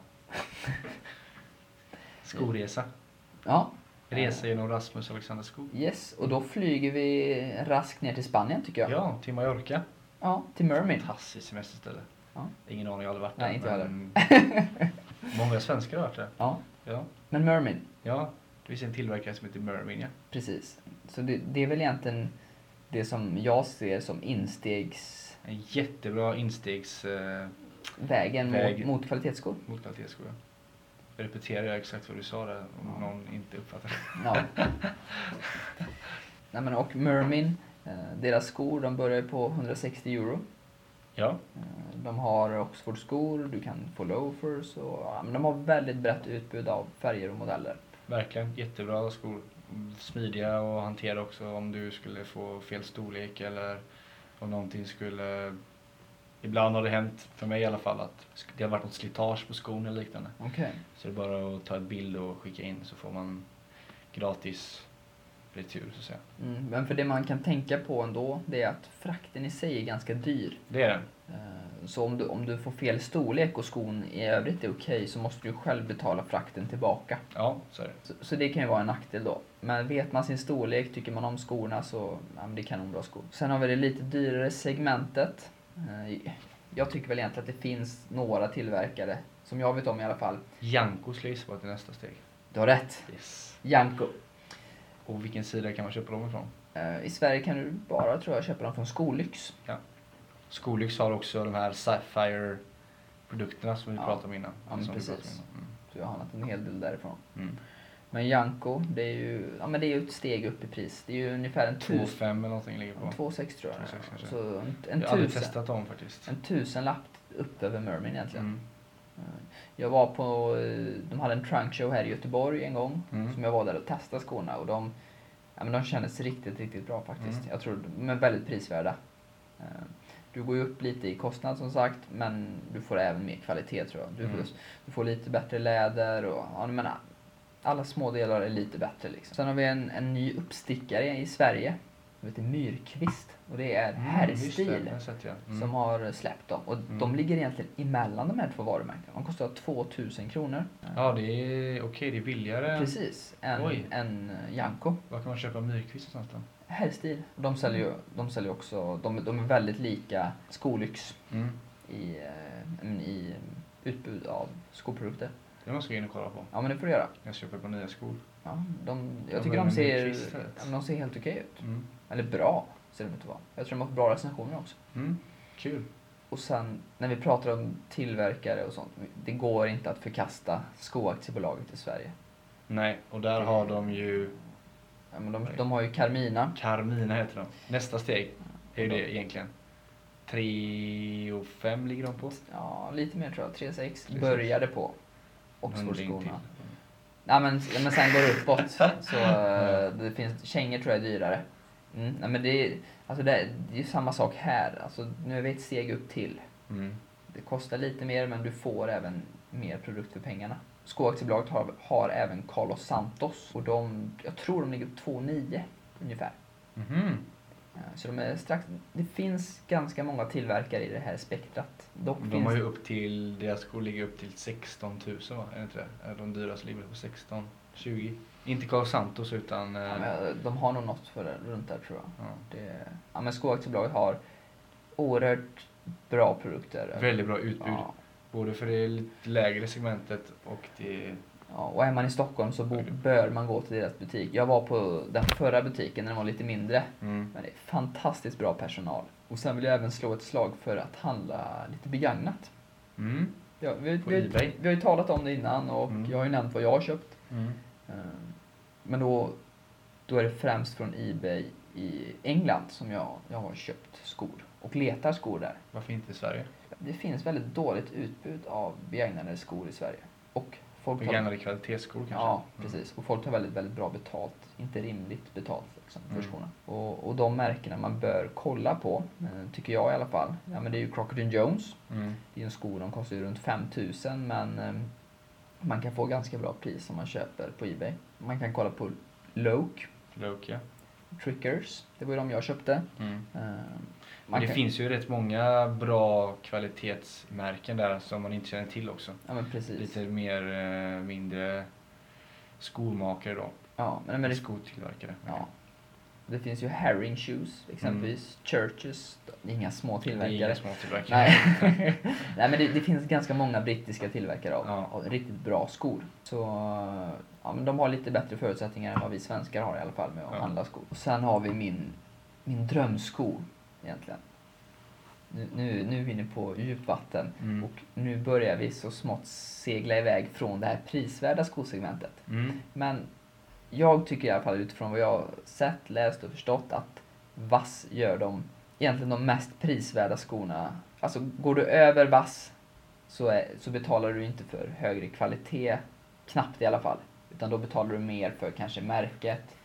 Speaker 2: Skoresa.
Speaker 1: Ja.
Speaker 2: Resa genom Rasmus Alexander Skog.
Speaker 1: Yes, och då flyger vi raskt ner till Spanien tycker jag.
Speaker 2: Ja, till Mallorca.
Speaker 1: Ja, till Mermin.
Speaker 2: Fantastiskt semesterställe.
Speaker 1: Ja.
Speaker 2: Ingen aning, jag har aldrig varit där.
Speaker 1: Nej, inte jag
Speaker 2: men många svenskar har varit där.
Speaker 1: Ja,
Speaker 2: Ja.
Speaker 1: men Mermin,
Speaker 2: Ja, det finns en tillverkare som heter Mermin, ja.
Speaker 1: precis. Så det, det är väl egentligen det som jag ser som instegs...
Speaker 2: En jättebra instegs eh,
Speaker 1: vägen
Speaker 2: Väg.
Speaker 1: mot, mot kvalitetsskor.
Speaker 2: mot kvalitetsskor. Jag repeterar exakt vad du sa där, om
Speaker 1: Ja.
Speaker 2: någon inte uppfattar det.
Speaker 1: Ja. Nej, men och Mermin, eh, deras skor, de börjar på hundrasextio euro.
Speaker 2: Ja.
Speaker 1: Eh, de har Oxford-skor, du kan få loafers och ja, men de har väldigt brett utbud av färger och modeller.
Speaker 2: Verkligen, jättebra skor. Smidiga och hantera också om du skulle få fel storlek eller om någonting skulle... Ibland har det hänt, för mig i alla fall, att det har varit något slitage på skon eller liknande.
Speaker 1: Okay.
Speaker 2: Så det är bara att ta ett bild och skicka in så får man gratis retur så att säga.
Speaker 1: Mm, men för det man kan tänka på ändå, det är att frakten i sig är ganska dyr.
Speaker 2: Det är den.
Speaker 1: Så om du, om du får fel storlek och skon i övrigt är okej så måste du själv betala frakten tillbaka.
Speaker 2: Ja, så är det.
Speaker 1: Så, så det kan ju vara en nackdel då. Men vet man sin storlek, tycker man om skorna så ja, men det kan nog bra skor. Sen har vi det lite dyrare segmentet. Jag tycker väl egentligen att det finns några tillverkare, som jag vet om i alla fall.
Speaker 2: Janko Slis var till nästa steg.
Speaker 1: Du har rätt.
Speaker 2: Yes.
Speaker 1: Janko.
Speaker 2: Och vilken sida kan man köpa dem ifrån?
Speaker 1: I Sverige kan du bara, tror jag, köpa dem från Skolyx.
Speaker 2: Ja. Skolyx har också de här Sapphire-produkterna som vi
Speaker 1: ja.
Speaker 2: pratade om innan.
Speaker 1: Ja, men precis.
Speaker 2: Mm.
Speaker 1: Så jag har handlat en hel del därifrån.
Speaker 2: Mm.
Speaker 1: Men Janko, det är ju ja, men det är ju ett steg upp i pris. Det är ju ungefär en tusen...
Speaker 2: två komma fem eller någonting ligger på.
Speaker 1: två komma sex tror jag.
Speaker 2: två komma sex,
Speaker 1: så en, en
Speaker 2: jag har aldrig
Speaker 1: tusen,
Speaker 2: testat dem faktiskt.
Speaker 1: En tusenlapp upp över Mermin egentligen.
Speaker 2: Mm.
Speaker 1: Jag var på, de hade en trunk show här i Göteborg en gång.
Speaker 2: Mm.
Speaker 1: Som jag var där och testade skorna. Och de, ja, men de kändes riktigt, riktigt bra faktiskt.
Speaker 2: Mm.
Speaker 1: Jag tror de är väldigt prisvärda. Du går ju upp lite i kostnad som sagt, men du får även mer kvalitet tror jag. Du,
Speaker 2: Mm.
Speaker 1: får, du får lite bättre läder och ja, men alla små delar är lite bättre liksom. Sen har vi en, en ny uppstickare i Sverige som heter Myrkvist och det är Herrstil
Speaker 2: mm, mm.
Speaker 1: som har släppt dem. Och
Speaker 2: mm.
Speaker 1: de ligger egentligen emellan de här två varumärkena. De kostar tvåtusen kronor.
Speaker 2: Ja, det är okej, okay, det är billigare.
Speaker 1: Precis, än, än Janko.
Speaker 2: Var kan man köpa Myrkvist någonstans då?
Speaker 1: Herrstil. De säljer ju de säljer också, de, de är väldigt lika Skolyx
Speaker 2: mm.
Speaker 1: i, i utbud av skoprodukter.
Speaker 2: Det måste jag gå in och kolla på.
Speaker 1: Ja, men det får du göra.
Speaker 2: Jag köper på nya skor.
Speaker 1: Ja, de, jag
Speaker 2: Ja,
Speaker 1: tycker de ser,
Speaker 2: Myrkvist,
Speaker 1: de ser helt okej ut.
Speaker 2: Mm.
Speaker 1: Eller bra ser de ut att vara. Jag tror de har fått bra recensioner också.
Speaker 2: Mm. Kul.
Speaker 1: Och sen när vi pratar om tillverkare och sånt. Det går inte att förkasta Skoaktiebolaget i Sverige.
Speaker 2: Nej, och där har de ju...
Speaker 1: Ja, men de, de har ju Carmina.
Speaker 2: Carmina heter de. Nästa steg är ju det egentligen. tre och fem ligger de på.
Speaker 1: Ja, lite mer tror jag. tre sex
Speaker 2: tre sex
Speaker 1: började på
Speaker 2: Någonting
Speaker 1: Oxfordskorna.
Speaker 2: till.
Speaker 1: Nej, men, men sen går det uppåt. Så uh, det finns, kängor tror jag är dyrare. Mm, nej, men det är, alltså det, är, det är ju samma sak här. Alltså, nu är vi ett steg upp till.
Speaker 2: Mm.
Speaker 1: Det kostar lite mer men du får även mer produkt för pengarna. Skoaktiebolaget har, har även Carlos Santos. Och de, jag tror de ligger på två komma nio ungefär.
Speaker 2: Mm.
Speaker 1: Så de är strax, det finns ganska många tillverkare i det här spektrat. Dock
Speaker 2: de
Speaker 1: finns
Speaker 2: har ju upp till, deras skor ligger upp till sexton tusen va? Är det inte det? De dyraste ligger på sexton tjugo. Inte Carlos Santos utan...
Speaker 1: Ja, men de har nog något för det, runt där tror jag.
Speaker 2: Ja.
Speaker 1: Det, ja, men Skoaktiebolaget har oerhört bra produkter.
Speaker 2: Väldigt bra utbud.
Speaker 1: Ja.
Speaker 2: Både för det lite lägre segmentet och det...
Speaker 1: Ja, och är man i Stockholm så bo, bör man gå till deras butik. Jag var på den förra butiken när den var lite mindre.
Speaker 2: Mm.
Speaker 1: Men det är fantastiskt bra personal. Och sen vill jag även slå ett slag för att handla lite begagnat.
Speaker 2: Mm.
Speaker 1: Ja, vi,
Speaker 2: På
Speaker 1: vi,
Speaker 2: eBay.
Speaker 1: vi har ju talat om det innan och
Speaker 2: Mm.
Speaker 1: jag har ju nämnt vad jag har köpt.
Speaker 2: Mm.
Speaker 1: Men då, då är det främst från eBay i England som jag, jag har köpt skor. Och letar skor där.
Speaker 2: Varför inte i Sverige?
Speaker 1: Det finns väldigt dåligt utbud av begagnade skor i Sverige. Och folk tar,
Speaker 2: Begagnade kvalitetsskor kanske?
Speaker 1: ja,
Speaker 2: Mm.
Speaker 1: precis. Och folk tar väldigt, väldigt bra betalt. Inte rimligt betalt liksom, för
Speaker 2: Mm.
Speaker 1: skorna. Och, och de märkena man bör kolla på, eh, tycker jag i alla fall. Ja, men det är ju Crocodile Jones.
Speaker 2: Mm.
Speaker 1: Det är en sko, de kostar ju runt fem tusen men eh, man kan få ganska bra pris om man köper på eBay. Man kan kolla på Loke,
Speaker 2: Loke,
Speaker 1: Trickers, det var ju de jag köpte.
Speaker 2: mm.
Speaker 1: Eh,
Speaker 2: Men
Speaker 1: man
Speaker 2: det
Speaker 1: kan,
Speaker 2: finns ju rätt många bra kvalitetsmärken där som man inte känner till också.
Speaker 1: ja men precis.
Speaker 2: Lite mer, eh, mindre skomakare då.
Speaker 1: Ja, men, men det,
Speaker 2: Skotillverkare.
Speaker 1: ja. Det finns ju Herring Shoes exempelvis, Churches, det är inga små
Speaker 2: Det är
Speaker 1: tillverkare.
Speaker 2: inga små tillverkare.
Speaker 1: Nej, Nej men det, det finns ganska många brittiska tillverkare av,
Speaker 2: Ja.
Speaker 1: av riktigt bra skor. Så ja, men de har lite bättre förutsättningar än vad vi svenskar har i alla fall med att
Speaker 2: Ja.
Speaker 1: handla skor. Och sen har vi min, min drömsko egentligen. Nu, nu, nu är vi inne på djupvatten
Speaker 2: Mm.
Speaker 1: och nu börjar vi så smått segla iväg från det här prisvärda skosegmentet.
Speaker 2: Mm.
Speaker 1: Men jag tycker i alla fall utifrån vad jag har sett, läst och förstått att Vass gör de egentligen de mest prisvärda skorna. Alltså går du över Vass så, är, så betalar du inte för högre kvalitet, knappt i alla fall. Utan då betalar du mer för kanske märket,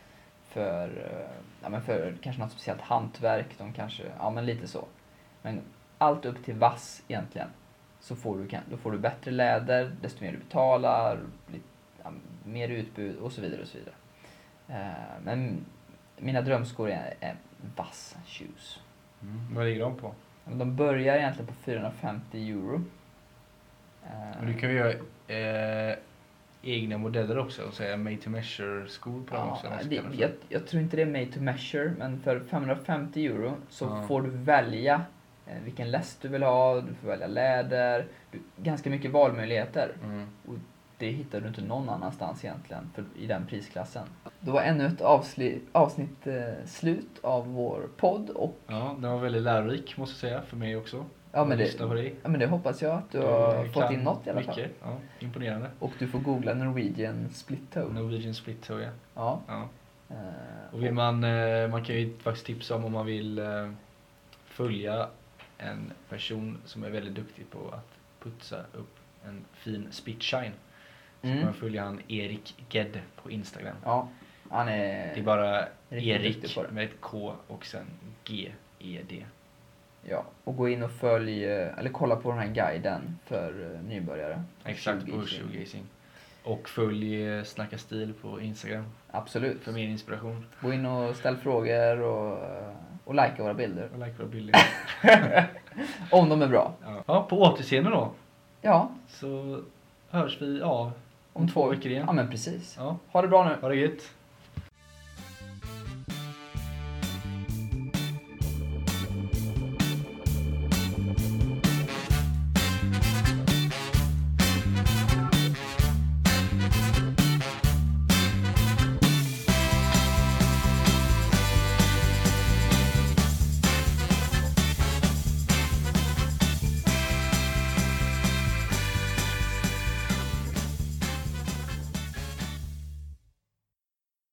Speaker 1: för, eh, ja, men för kanske något speciellt hantverk. De kanske, ja men lite så. Men allt upp till vass egentligen. Så får du, då får du bättre läder, desto mer du betalar, lite, ja, mer utbud och så vidare och så vidare. Eh, men mina drömskor är, är vass shoes.
Speaker 2: Mm. Vad ligger de på?
Speaker 1: De börjar egentligen på fyrahundrafemtio euro.
Speaker 2: Men du kan ju göra eh, egna modeller också och säga made to measure skor på dem
Speaker 1: Ja,
Speaker 2: också.
Speaker 1: det, jag, jag tror inte det är made to measure, men för femhundrafemtio euro så
Speaker 2: ja.
Speaker 1: får du välja eh, vilken läst du vill ha, du får välja läder, du, ganska mycket valmöjligheter.
Speaker 2: Mm.
Speaker 1: Och det hittar du inte någon annanstans egentligen för, i den prisklassen. Då var ännu ett avsli, avsnitt eh, slut av vår podd. Och,
Speaker 2: ja, den var väldigt lärorik måste jag säga, för mig också.
Speaker 1: ja, men
Speaker 2: det,
Speaker 1: det, ja, men det hoppas jag att du har fått in något i alla fall.
Speaker 2: Mycket, ja, imponerande.
Speaker 1: Och du får googla Norwegian Split Toe.
Speaker 2: Norwegian Split Toe, ja.
Speaker 1: Ja.
Speaker 2: ja.
Speaker 1: Uh,
Speaker 2: och vill man, eh, man kan ju faktiskt tipsa om om man vill eh, följa en person som är väldigt duktig på att putsa upp en fin spit shine. Så
Speaker 1: mm.
Speaker 2: kan man följa han Erik Gedd på Instagram.
Speaker 1: Ja, han är...
Speaker 2: Det är bara
Speaker 1: Erik
Speaker 2: med ett K och sen G E D.
Speaker 1: Ja, och gå in och följ, eller kolla på den här guiden för nybörjare.
Speaker 2: Exakt, på shoegazing. Och följ Snacka Stil på Instagram.
Speaker 1: Absolut.
Speaker 2: För mer inspiration.
Speaker 1: Gå in och ställ frågor och, och likea våra bilder.
Speaker 2: Och like våra bilder.
Speaker 1: Om de är bra.
Speaker 2: Ja, ja, på återseende då.
Speaker 1: Ja.
Speaker 2: Så hörs vi av
Speaker 1: om två
Speaker 2: veckor igen.
Speaker 1: Ja, men precis.
Speaker 2: Ja.
Speaker 1: Ha det bra nu.
Speaker 2: Ha det gött.